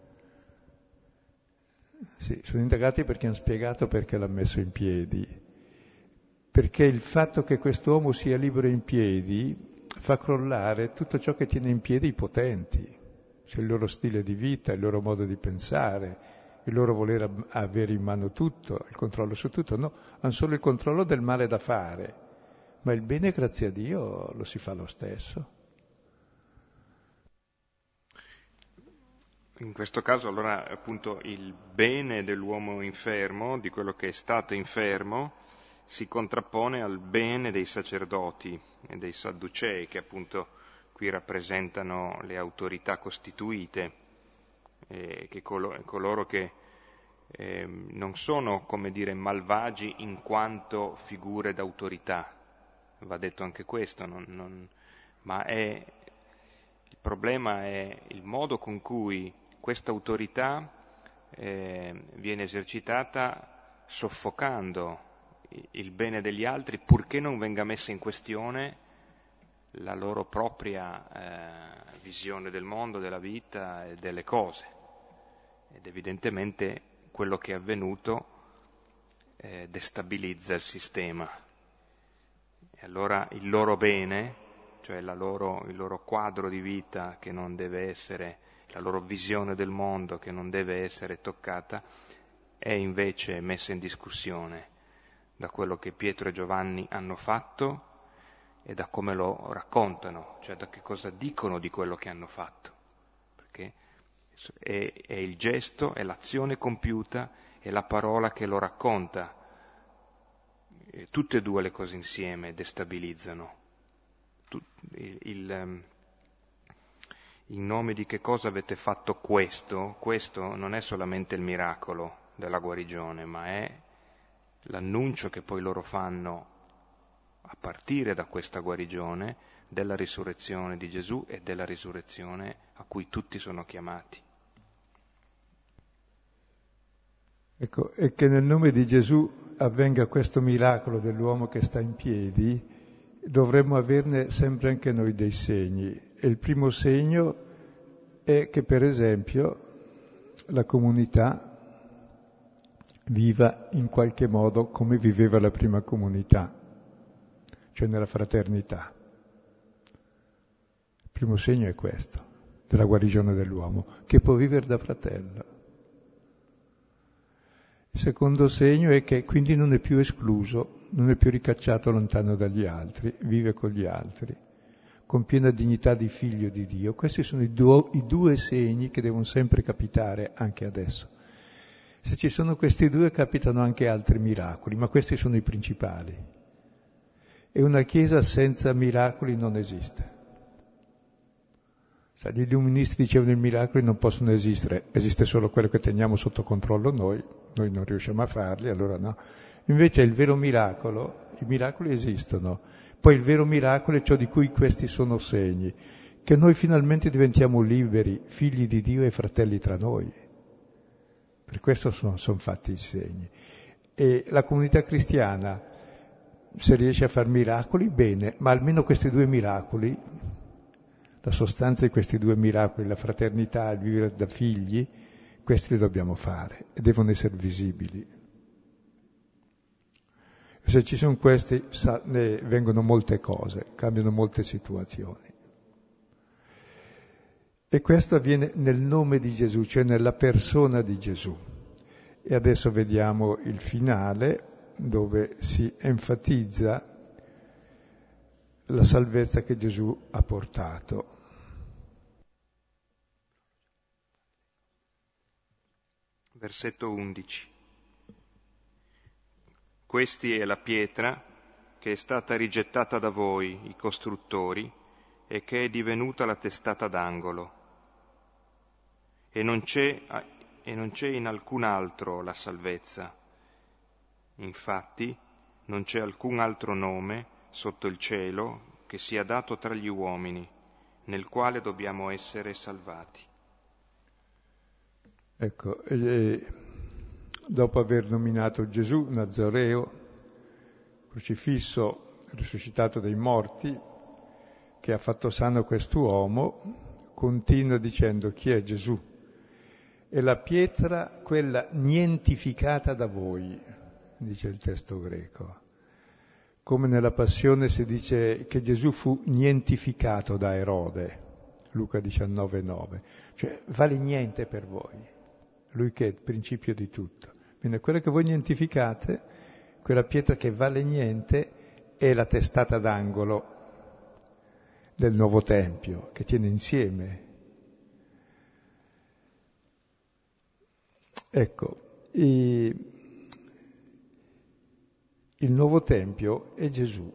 Sì, sono indagati perché hanno spiegato perché l'ha messo in piedi. Perché il fatto che quest'uomo sia libero in piedi fa crollare tutto ciò che tiene in piedi i potenti, cioè il loro stile di vita, il loro modo di pensare, il loro voler avere in mano tutto, il controllo su tutto. No, hanno solo il controllo del male da fare, ma il bene, grazie a Dio, lo si fa lo stesso. In questo caso allora appunto il bene dell'uomo infermo, di quello che è stato infermo, si contrappone al bene dei sacerdoti e dei sadducei, che appunto qui rappresentano le autorità costituite, che coloro che non sono, come dire, malvagi in quanto figure d'autorità. Va detto anche questo, ma il problema è il modo con cui questa autorità viene esercitata soffocando il bene degli altri, purché non venga messa in questione la loro propria visione del mondo, della vita e delle cose. Ed evidentemente quello che è avvenuto destabilizza il sistema. allora il loro bene, cioè il loro quadro di vita che non deve essere, la loro visione del mondo che non deve essere toccata, è invece messa in discussione da quello che Pietro e Giovanni hanno fatto e da come lo raccontano, cioè da che cosa dicono di quello che hanno fatto, perché è il gesto, è l'azione compiuta, è la parola che lo racconta. Tutte e due le cose insieme destabilizzano. In nome di che cosa avete fatto questo non è solamente il miracolo della guarigione, ma è l'annuncio che poi loro fanno a partire da questa guarigione della risurrezione di Gesù e della risurrezione a cui tutti sono chiamati. Ecco, e che nel nome di Gesù avvenga questo miracolo dell'uomo che sta in piedi, dovremmo averne sempre anche noi dei segni. E il primo segno è che, per esempio, la comunità viva in qualche modo come viveva la prima comunità, cioè nella fraternità. Il primo segno è questo, della guarigione dell'uomo, che può vivere da fratello. Il secondo segno è che quindi non è più escluso, non è più ricacciato lontano dagli altri, vive con gli altri, con piena dignità di figlio di Dio. Questi sono i due segni che devono sempre capitare anche adesso. Se ci sono questi due capitano anche altri miracoli, ma questi sono i principali. E una Chiesa senza miracoli non esiste. Gli illuministi dicevano che i miracoli non possono esistere, esiste solo quello che teniamo sotto controllo noi non riusciamo a farli, allora no. Invece il vero miracolo, i miracoli esistono, poi il vero miracolo è ciò di cui questi sono segni, che noi finalmente diventiamo liberi, figli di Dio e fratelli tra noi. Per questo sono fatti i segni. E la comunità cristiana, se riesce a fare miracoli, bene, ma almeno questi due miracoli, la sostanza di questi due miracoli, la fraternità, il vivere da figli, questi li dobbiamo fare e devono essere visibili. Se ci sono questi, ne vengono molte cose, cambiano molte situazioni. E questo avviene nel nome di Gesù, cioè nella persona di Gesù. E adesso vediamo il finale, dove si enfatizza la salvezza che Gesù ha portato. Versetto 11. Questi è la pietra che è stata rigettata da voi, i costruttori, e che è divenuta la testata d'angolo. E non c'è in alcun altro la salvezza. Infatti, non c'è alcun altro nome sotto il cielo che sia dato tra gli uomini, nel quale dobbiamo essere salvati. Ecco, dopo aver nominato Gesù Nazareo, crocifisso, risuscitato dai morti, che ha fatto sano quest'uomo, continua dicendo chi è Gesù. È la pietra, quella nientificata da voi, dice il testo greco. Come nella Passione si dice che Gesù fu nientificato da Erode, Luca 19,9. Cioè vale niente per voi. Lui che è il principio di tutto. Quindi quello che voi nientificate, quella pietra che vale niente, è la testata d'angolo del nuovo Tempio, che tiene insieme. Ecco, il nuovo Tempio è Gesù.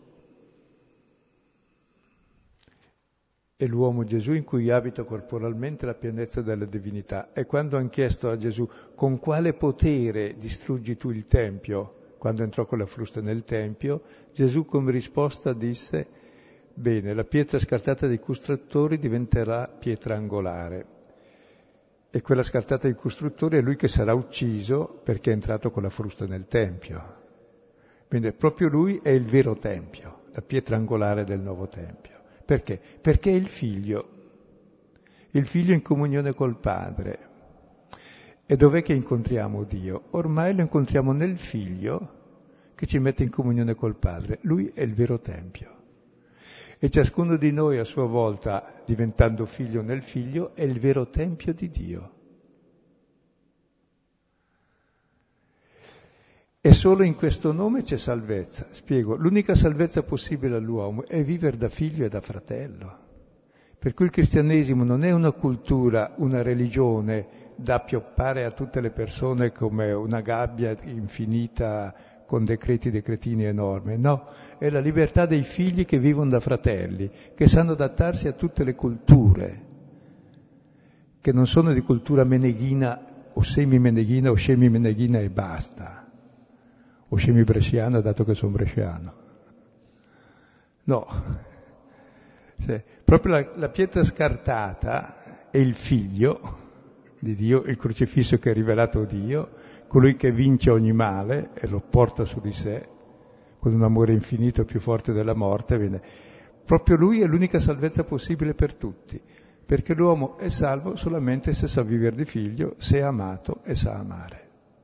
È l'uomo Gesù in cui abita corporalmente la pienezza della divinità. E quando hanno chiesto a Gesù con quale potere distruggi tu il Tempio, quando entrò con la frusta nel Tempio, Gesù come risposta disse: bene, la pietra scartata dai costruttori diventerà pietra angolare. E quella scartata dai costruttori è lui che sarà ucciso perché è entrato con la frusta nel Tempio. Quindi proprio lui è il vero Tempio, la pietra angolare del nuovo Tempio. Perché? Perché è il Figlio in comunione col Padre. E dov'è che incontriamo Dio? Ormai lo incontriamo nel Figlio che ci mette in comunione col Padre. Lui è il vero Tempio. E ciascuno di noi a sua volta, diventando figlio nel Figlio, è il vero Tempio di Dio. E solo in questo nome c'è salvezza. Spiego, l'unica salvezza possibile all'uomo è vivere da figlio e da fratello. Per cui il cristianesimo non è una cultura, una religione da appioppare a tutte le persone come una gabbia infinita con decretini enormi. No, è la libertà dei figli che vivono da fratelli, che sanno adattarsi a tutte le culture, che non sono di cultura meneghina o semi-meneghina o scemi-meneghina e basta. O scemi-bresciana, dato che sono bresciano. No. Cioè, proprio la pietra scartata è il figlio di Dio, il crocifisso che ha rivelato Dio, colui che vince ogni male e lo porta su di sé, con un amore infinito più forte della morte. Proprio lui è l'unica salvezza possibile per tutti, perché l'uomo è salvo solamente se sa vivere di figlio, se è amato e sa amare.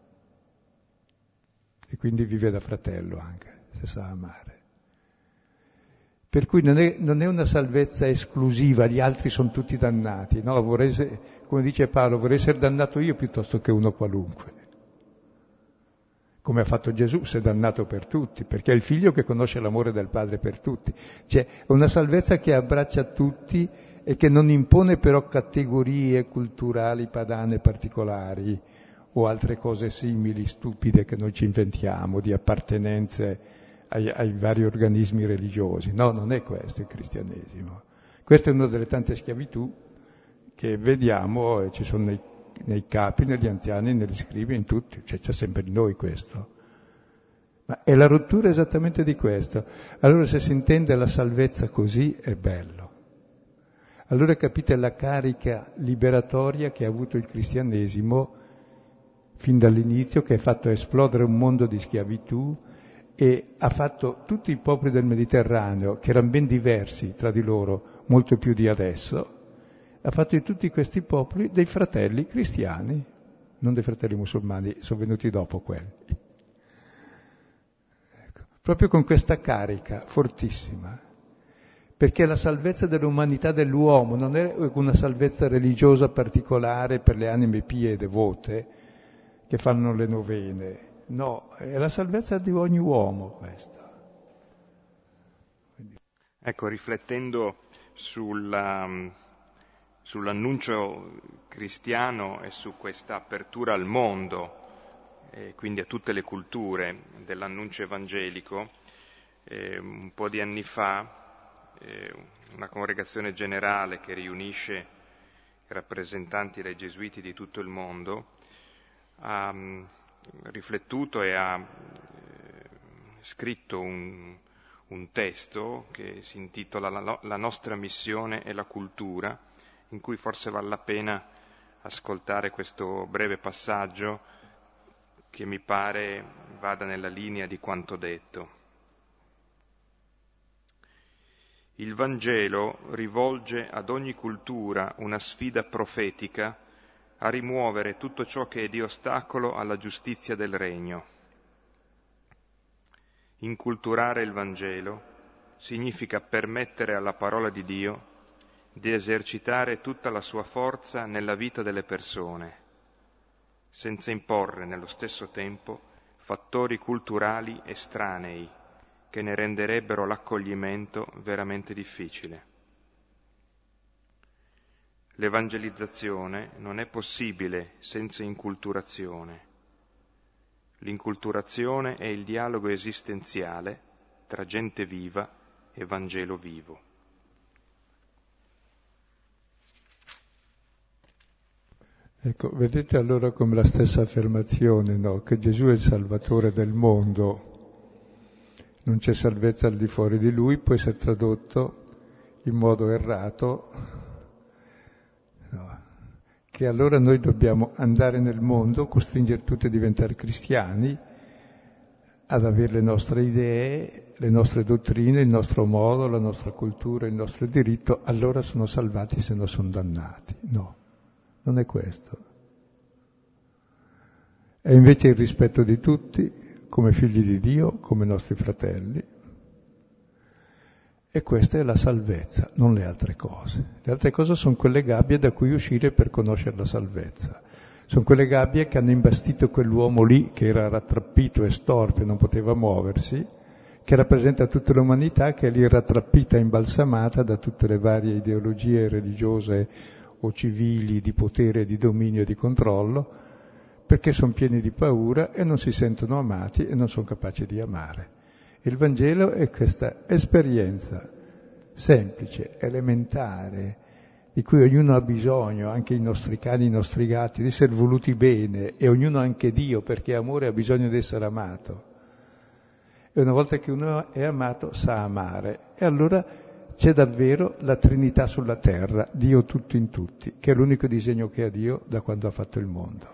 E quindi vive da fratello anche, se sa amare. Per cui non è una salvezza esclusiva, gli altri sono tutti dannati, no? Come dice Paolo, vorrei essere dannato io piuttosto che uno qualunque. Come ha fatto Gesù, si è dannato per tutti, perché è il figlio che conosce l'amore del Padre per tutti. Cioè, è una salvezza che abbraccia tutti e che non impone però categorie culturali, padane, particolari, o altre cose simili, stupide, che noi ci inventiamo, di appartenenze ai vari organismi religiosi. No, non è questo il cristianesimo. Questa è una delle tante schiavitù che vediamo e ci sono nei capi, negli anziani, negli scribi, in tutti. Cioè, c'è sempre in noi questo. Ma è la rottura esattamente di questo. Allora se si intende la salvezza così è bello. Allora capite la carica liberatoria che ha avuto il cristianesimo fin dall'inizio, che ha fatto esplodere un mondo di schiavitù e ha fatto tutti i popoli del Mediterraneo, che erano ben diversi tra di loro, molto più di adesso, ha fatto di tutti questi popoli dei fratelli cristiani, non dei fratelli musulmani, sono venuti dopo quelli. Ecco. Proprio con questa carica fortissima, perché la salvezza dell'umanità dell'uomo non è una salvezza religiosa particolare per le anime pie e devote, che fanno le novene. No, è la salvezza di ogni uomo questa. Ecco, riflettendo sull'annuncio cristiano e su questa apertura al mondo, e quindi a tutte le culture dell'annuncio evangelico, un po' di anni fa una congregazione generale che riunisce rappresentanti dei gesuiti di tutto il mondo ha riflettuto e ha scritto un testo che si intitola La nostra missione e la cultura, in cui forse vale la pena ascoltare questo breve passaggio che mi pare vada nella linea di quanto detto. Il Vangelo rivolge ad ogni cultura una sfida profetica a rimuovere tutto ciò che è di ostacolo alla giustizia del regno. Inculturare il Vangelo significa permettere alla parola di Dio di esercitare tutta la sua forza nella vita delle persone, senza imporre nello stesso tempo fattori culturali estranei che ne renderebbero l'accoglimento veramente difficile. L'evangelizzazione non è possibile senza inculturazione. L'inculturazione è il dialogo esistenziale tra gente viva e Vangelo vivo. Ecco, vedete allora come la stessa affermazione, no? Che Gesù è il Salvatore del mondo, non c'è salvezza al di fuori di Lui, può essere tradotto in modo errato, no? Che allora noi dobbiamo andare nel mondo, costringere tutti a diventare cristiani, ad avere le nostre idee, le nostre dottrine, il nostro modo, la nostra cultura, il nostro diritto, allora sono salvati, se no sono dannati. No, non è questo. È invece il rispetto di tutti, come figli di Dio, come nostri fratelli. E questa è la salvezza, non le altre cose. Le altre cose sono quelle gabbie da cui uscire per conoscere la salvezza. Sono quelle gabbie che hanno imbastito quell'uomo lì che era rattrappito e storpio, non poteva muoversi, che rappresenta tutta l'umanità che è lì rattrappita e imbalsamata da tutte le varie ideologie religiose o civili di potere, di dominio e di controllo, perché sono pieni di paura e non si sentono amati e non sono capaci di amare. Il Vangelo è questa esperienza semplice, elementare, di cui ognuno ha bisogno, anche i nostri cani, i nostri gatti, di essere voluti bene, e ognuno, anche Dio, perché amore ha bisogno di essere amato. E una volta che uno è amato sa amare, e allora c'è davvero la Trinità sulla terra, Dio tutto in tutti, che è l'unico disegno che ha Dio da quando ha fatto il mondo.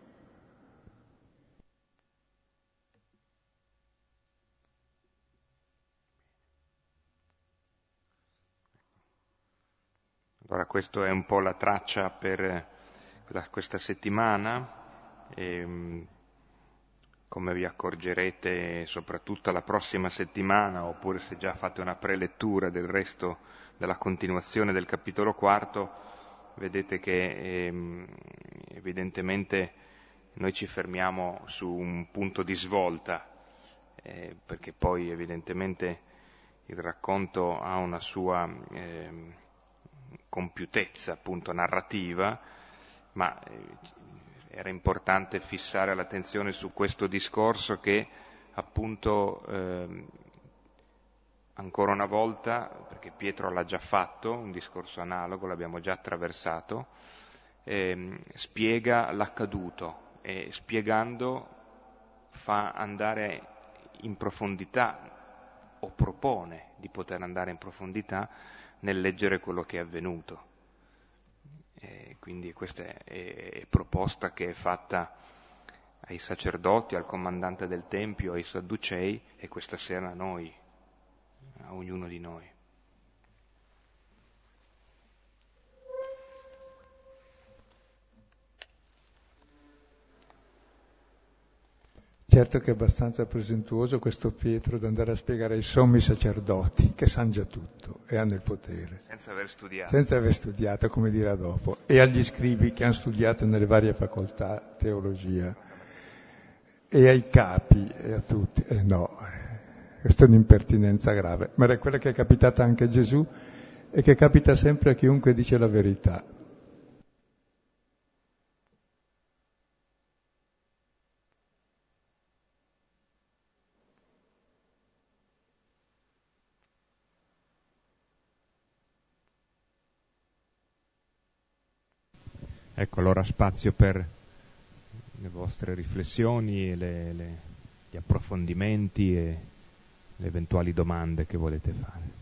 Allora questa è un po' la traccia per questa settimana, e, come vi accorgerete soprattutto la prossima settimana, oppure se già fate una prelettura del resto della continuazione del capitolo 4, vedete che evidentemente noi ci fermiamo su un punto di svolta, perché poi evidentemente il racconto ha una sua compiutezza appunto narrativa, ma era importante fissare l'attenzione su questo discorso che appunto ancora una volta, perché Pietro l'ha già fatto, un discorso analogo, l'abbiamo già attraversato, spiega l'accaduto e spiegando fa andare in profondità o propone di poter andare in profondità nel leggere quello che è avvenuto. Quindi questa è proposta che è fatta ai sacerdoti, al comandante del Tempio, ai Sadducei, e questa sera a noi, a ognuno di noi. Certo che è abbastanza presuntuoso questo Pietro di andare a spiegare ai sommi sacerdoti che sanno già tutto e hanno il potere. Senza aver studiato. Senza aver studiato, come dirà dopo. E agli scribi che hanno studiato nelle varie facoltà, teologia, e ai capi, e a tutti. No, questa è un'impertinenza grave. Ma era quella che è capitata anche a Gesù e che capita sempre a chiunque dice la verità. Ecco, allora spazio per le vostre riflessioni, gli approfondimenti e le eventuali domande che volete fare.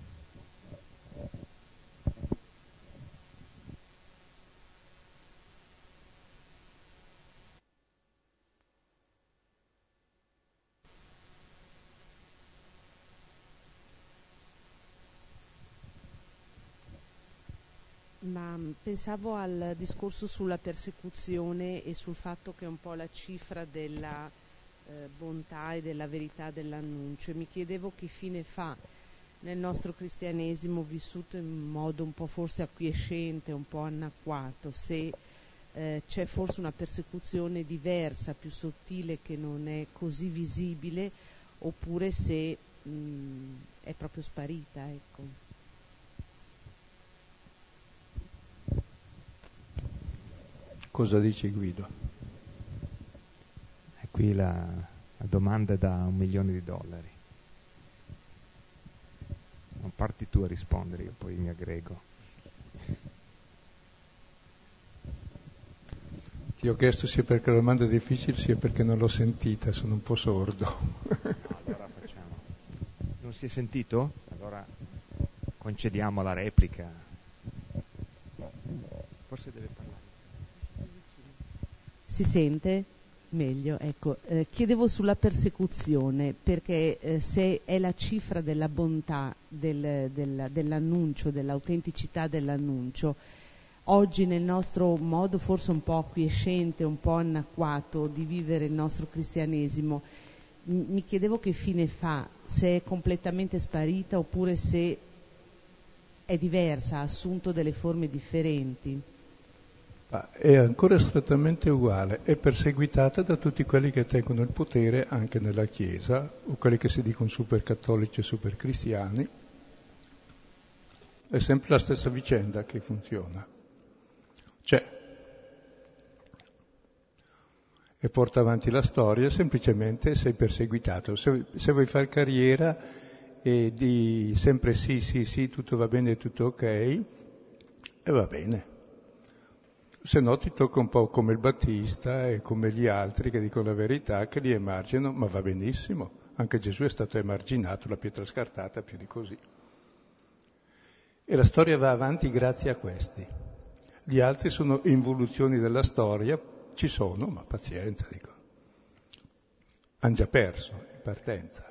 Ma pensavo al discorso sulla persecuzione e sul fatto che è un po' la cifra della bontà e della verità dell'annuncio, e mi chiedevo che fine fa nel nostro cristianesimo vissuto in modo un po' forse acquiescente, un po' annacquato, se c'è forse una persecuzione diversa, più sottile, che non è così visibile, oppure se è proprio sparita, ecco. Cosa dice Guido? E qui la domanda è da $1 milione. Non parti tu a rispondere, io poi mi aggrego. Ti ho chiesto sia perché la domanda è difficile, sia perché non l'ho sentita, sono un po' sordo. Allora facciamo. Non si è sentito? Allora concediamo la replica. Forse deve parlare. Si sente? Meglio, ecco. Chiedevo sulla persecuzione, perché se è la cifra della bontà dell'annuncio, dell'autenticità dell'annuncio, oggi nel nostro modo forse un po' acquiescente, un po' annacquato di vivere il nostro cristianesimo, mi chiedevo che fine fa, se è completamente sparita oppure se è diversa, ha assunto delle forme differenti. È ancora strettamente uguale, è perseguitata da tutti quelli che tengono il potere anche nella Chiesa, o quelli che si dicono super cattolici e super cristiani. È sempre la stessa vicenda che funziona. C'è. E porta avanti la storia, semplicemente sei perseguitato. Se vuoi fare carriera e di sempre sì, tutto va bene, tutto ok, e va bene. Se no ti tocca un po' come il Battista e come gli altri che dicono la verità, che li emarginano, ma va benissimo. Anche Gesù è stato emarginato, la pietra scartata, più di così. E la storia va avanti grazie a questi. Gli altri sono involuzioni della storia, ci sono, ma pazienza, dico. Hanno già perso in partenza.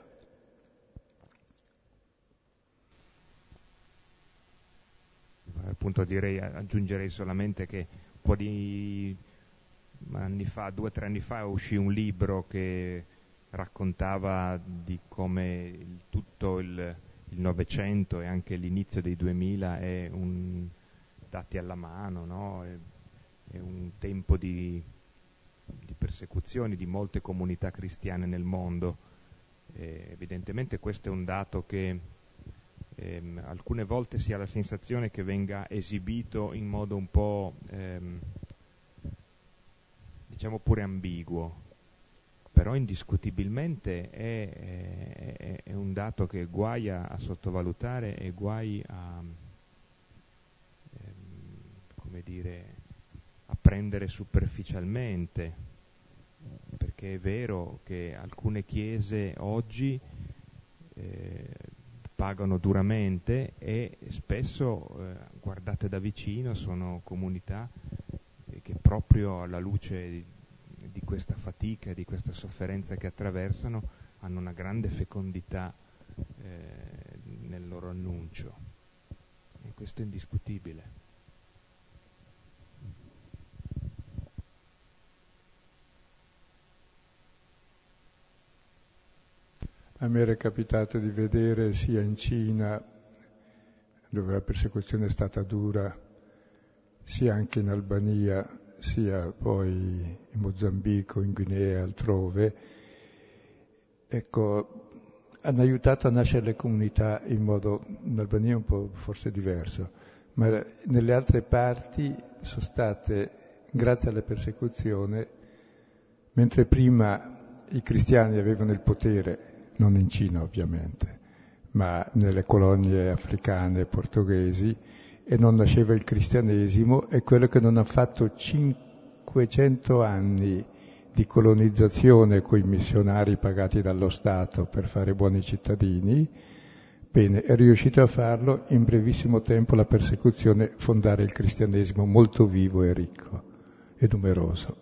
Appunto aggiungerei solamente che un po' di anni fa, 2 o 3 anni fa, uscì un libro che raccontava di come tutto il Novecento e anche l'inizio dei 2000 è dati alla mano, no? È un tempo di persecuzioni di molte comunità cristiane nel mondo. Evidentemente questo è un dato che alcune volte si ha la sensazione che venga esibito in modo un po' diciamo pure ambiguo, però indiscutibilmente è un dato che guai a sottovalutare e guai a come dire, a prendere superficialmente, perché è vero che alcune chiese oggi pagano duramente e spesso guardate da vicino sono comunità che proprio alla luce di questa fatica, di questa sofferenza che attraversano, hanno una grande fecondità nel loro annuncio, e questo è indiscutibile. A me era capitato di vedere sia in Cina, dove la persecuzione è stata dura, sia anche in Albania, sia poi in Mozambico, in Guinea e altrove. Ecco, hanno aiutato a nascere le comunità in modo, in Albania un po' forse diverso, ma nelle altre parti sono state, grazie alla persecuzione, mentre prima i cristiani avevano il potere, non in Cina ovviamente, ma nelle colonie africane e portoghesi, e non nasceva il cristianesimo, è quello che non ha fatto 500 anni di colonizzazione coi missionari pagati dallo Stato per fare buoni cittadini. Bene, è riuscito a farlo in brevissimo tempo la persecuzione, fondare il cristianesimo molto vivo e ricco e numeroso.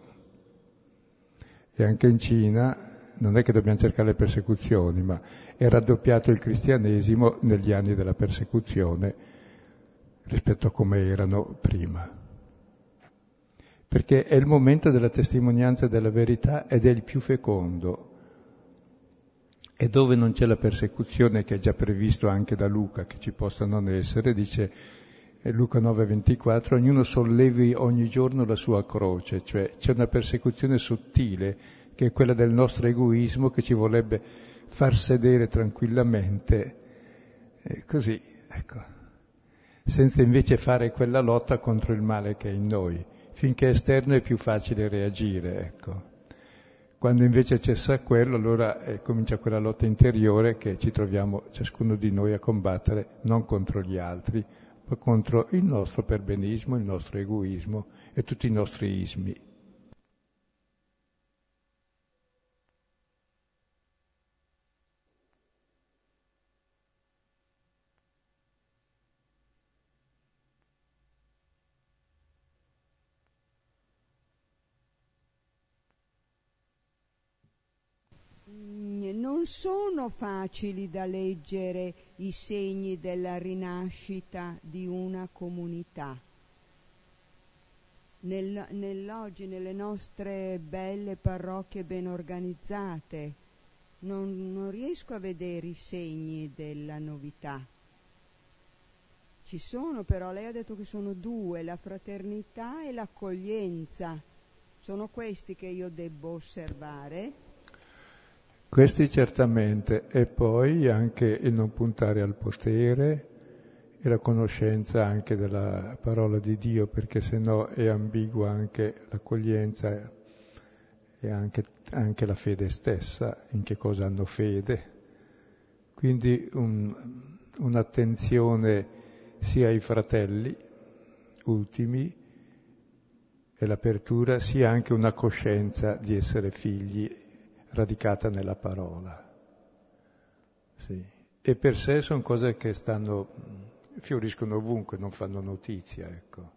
E anche in Cina non è che dobbiamo cercare le persecuzioni, ma è raddoppiato il cristianesimo negli anni della persecuzione rispetto a come erano prima. Perché è il momento della testimonianza della verità ed è il più fecondo. E dove non c'è la persecuzione, che è già previsto anche da Luca, che ci possa non essere, dice Luca 9,24, ognuno sollevi ogni giorno la sua croce, cioè c'è una persecuzione sottile, che è quella del nostro egoismo, che ci vorrebbe far sedere tranquillamente, così, ecco, senza invece fare quella lotta contro il male che è in noi. Finché è esterno è più facile reagire, ecco. Quando invece cessa quello, allora comincia quella lotta interiore che ci troviamo ciascuno di noi a combattere, non contro gli altri, ma contro il nostro perbenismo, il nostro egoismo e tutti i nostri ismi. Non sono facili da leggere i segni della rinascita di una comunità. Nell'oggi, nelle nostre belle parrocchie ben organizzate, non riesco a vedere i segni della novità. Ci sono, però lei ha detto che sono due, la fraternità e l'accoglienza. Sono questi che io debbo osservare? Questi certamente, e poi anche il non puntare al potere e la conoscenza anche della parola di Dio, perché sennò è ambigua anche l'accoglienza e anche la fede stessa, in che cosa hanno fede. Quindi un'attenzione sia ai fratelli ultimi e l'apertura, sia anche una coscienza di essere figli radicata nella parola. Sì. E per sé sono cose che fioriscono ovunque, non fanno notizia, ecco.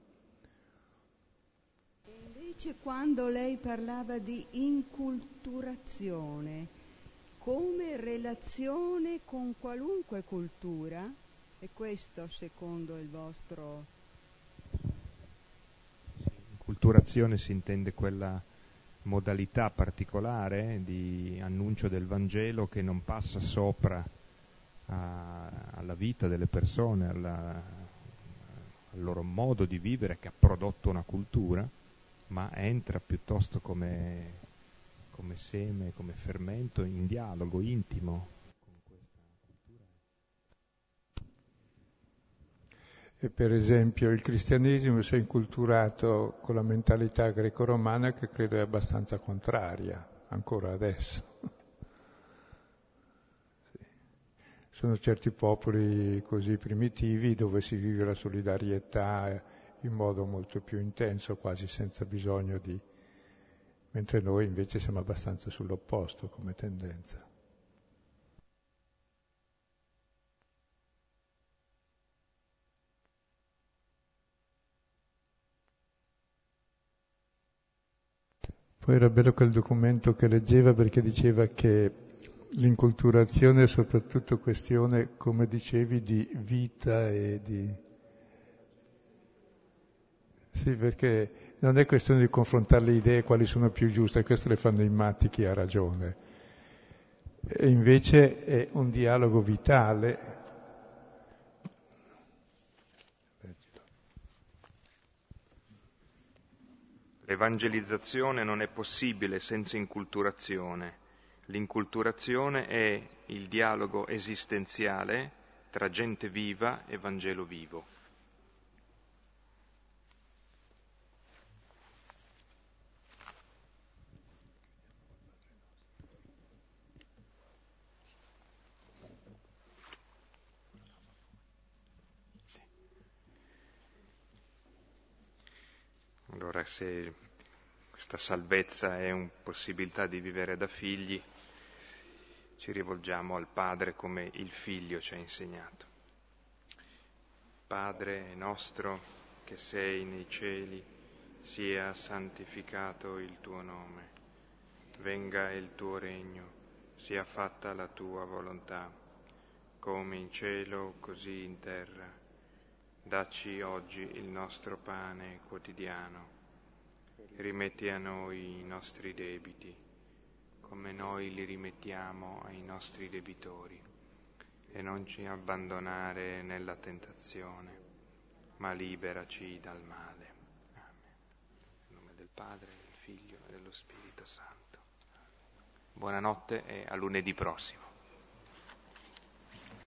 E invece quando lei parlava di inculturazione, come relazione con qualunque cultura, e questo secondo il vostro... Inculturazione si intende quella modalità particolare di annuncio del Vangelo che non passa sopra alla vita delle persone, al loro modo di vivere che ha prodotto una cultura, ma entra piuttosto come seme, come fermento in dialogo intimo con questa cultura. E per esempio il cristianesimo si è inculturato con la mentalità greco-romana, che credo è abbastanza contraria ancora adesso. Sì. Sono certi popoli così primitivi dove si vive la solidarietà in modo molto più intenso, quasi senza bisogno di... mentre noi invece siamo abbastanza sull'opposto come tendenza. Poi era bello quel documento che leggeva, perché diceva che l'inculturazione è soprattutto questione, come dicevi, di vita e di... Sì, perché non è questione di confrontare le idee quali sono più giuste, questo le fanno i matti, chi ha ragione. E invece è un dialogo vitale. L'evangelizzazione non è possibile senza inculturazione. L'inculturazione è il dialogo esistenziale tra gente viva e Vangelo vivo. Allora, se questa salvezza è una possibilità di vivere da figli, ci rivolgiamo al Padre come il Figlio ci ha insegnato. Padre nostro che sei nei cieli, sia santificato il tuo nome, venga il tuo regno, sia fatta la tua volontà, come in cielo così in terra. Dacci oggi il nostro pane quotidiano. Rimetti a noi i nostri debiti, come noi li rimettiamo ai nostri debitori. E non ci abbandonare nella tentazione, ma liberaci dal male. Amen. Nel nome del Padre, del Figlio e dello Spirito Santo. Buonanotte e a lunedì prossimo.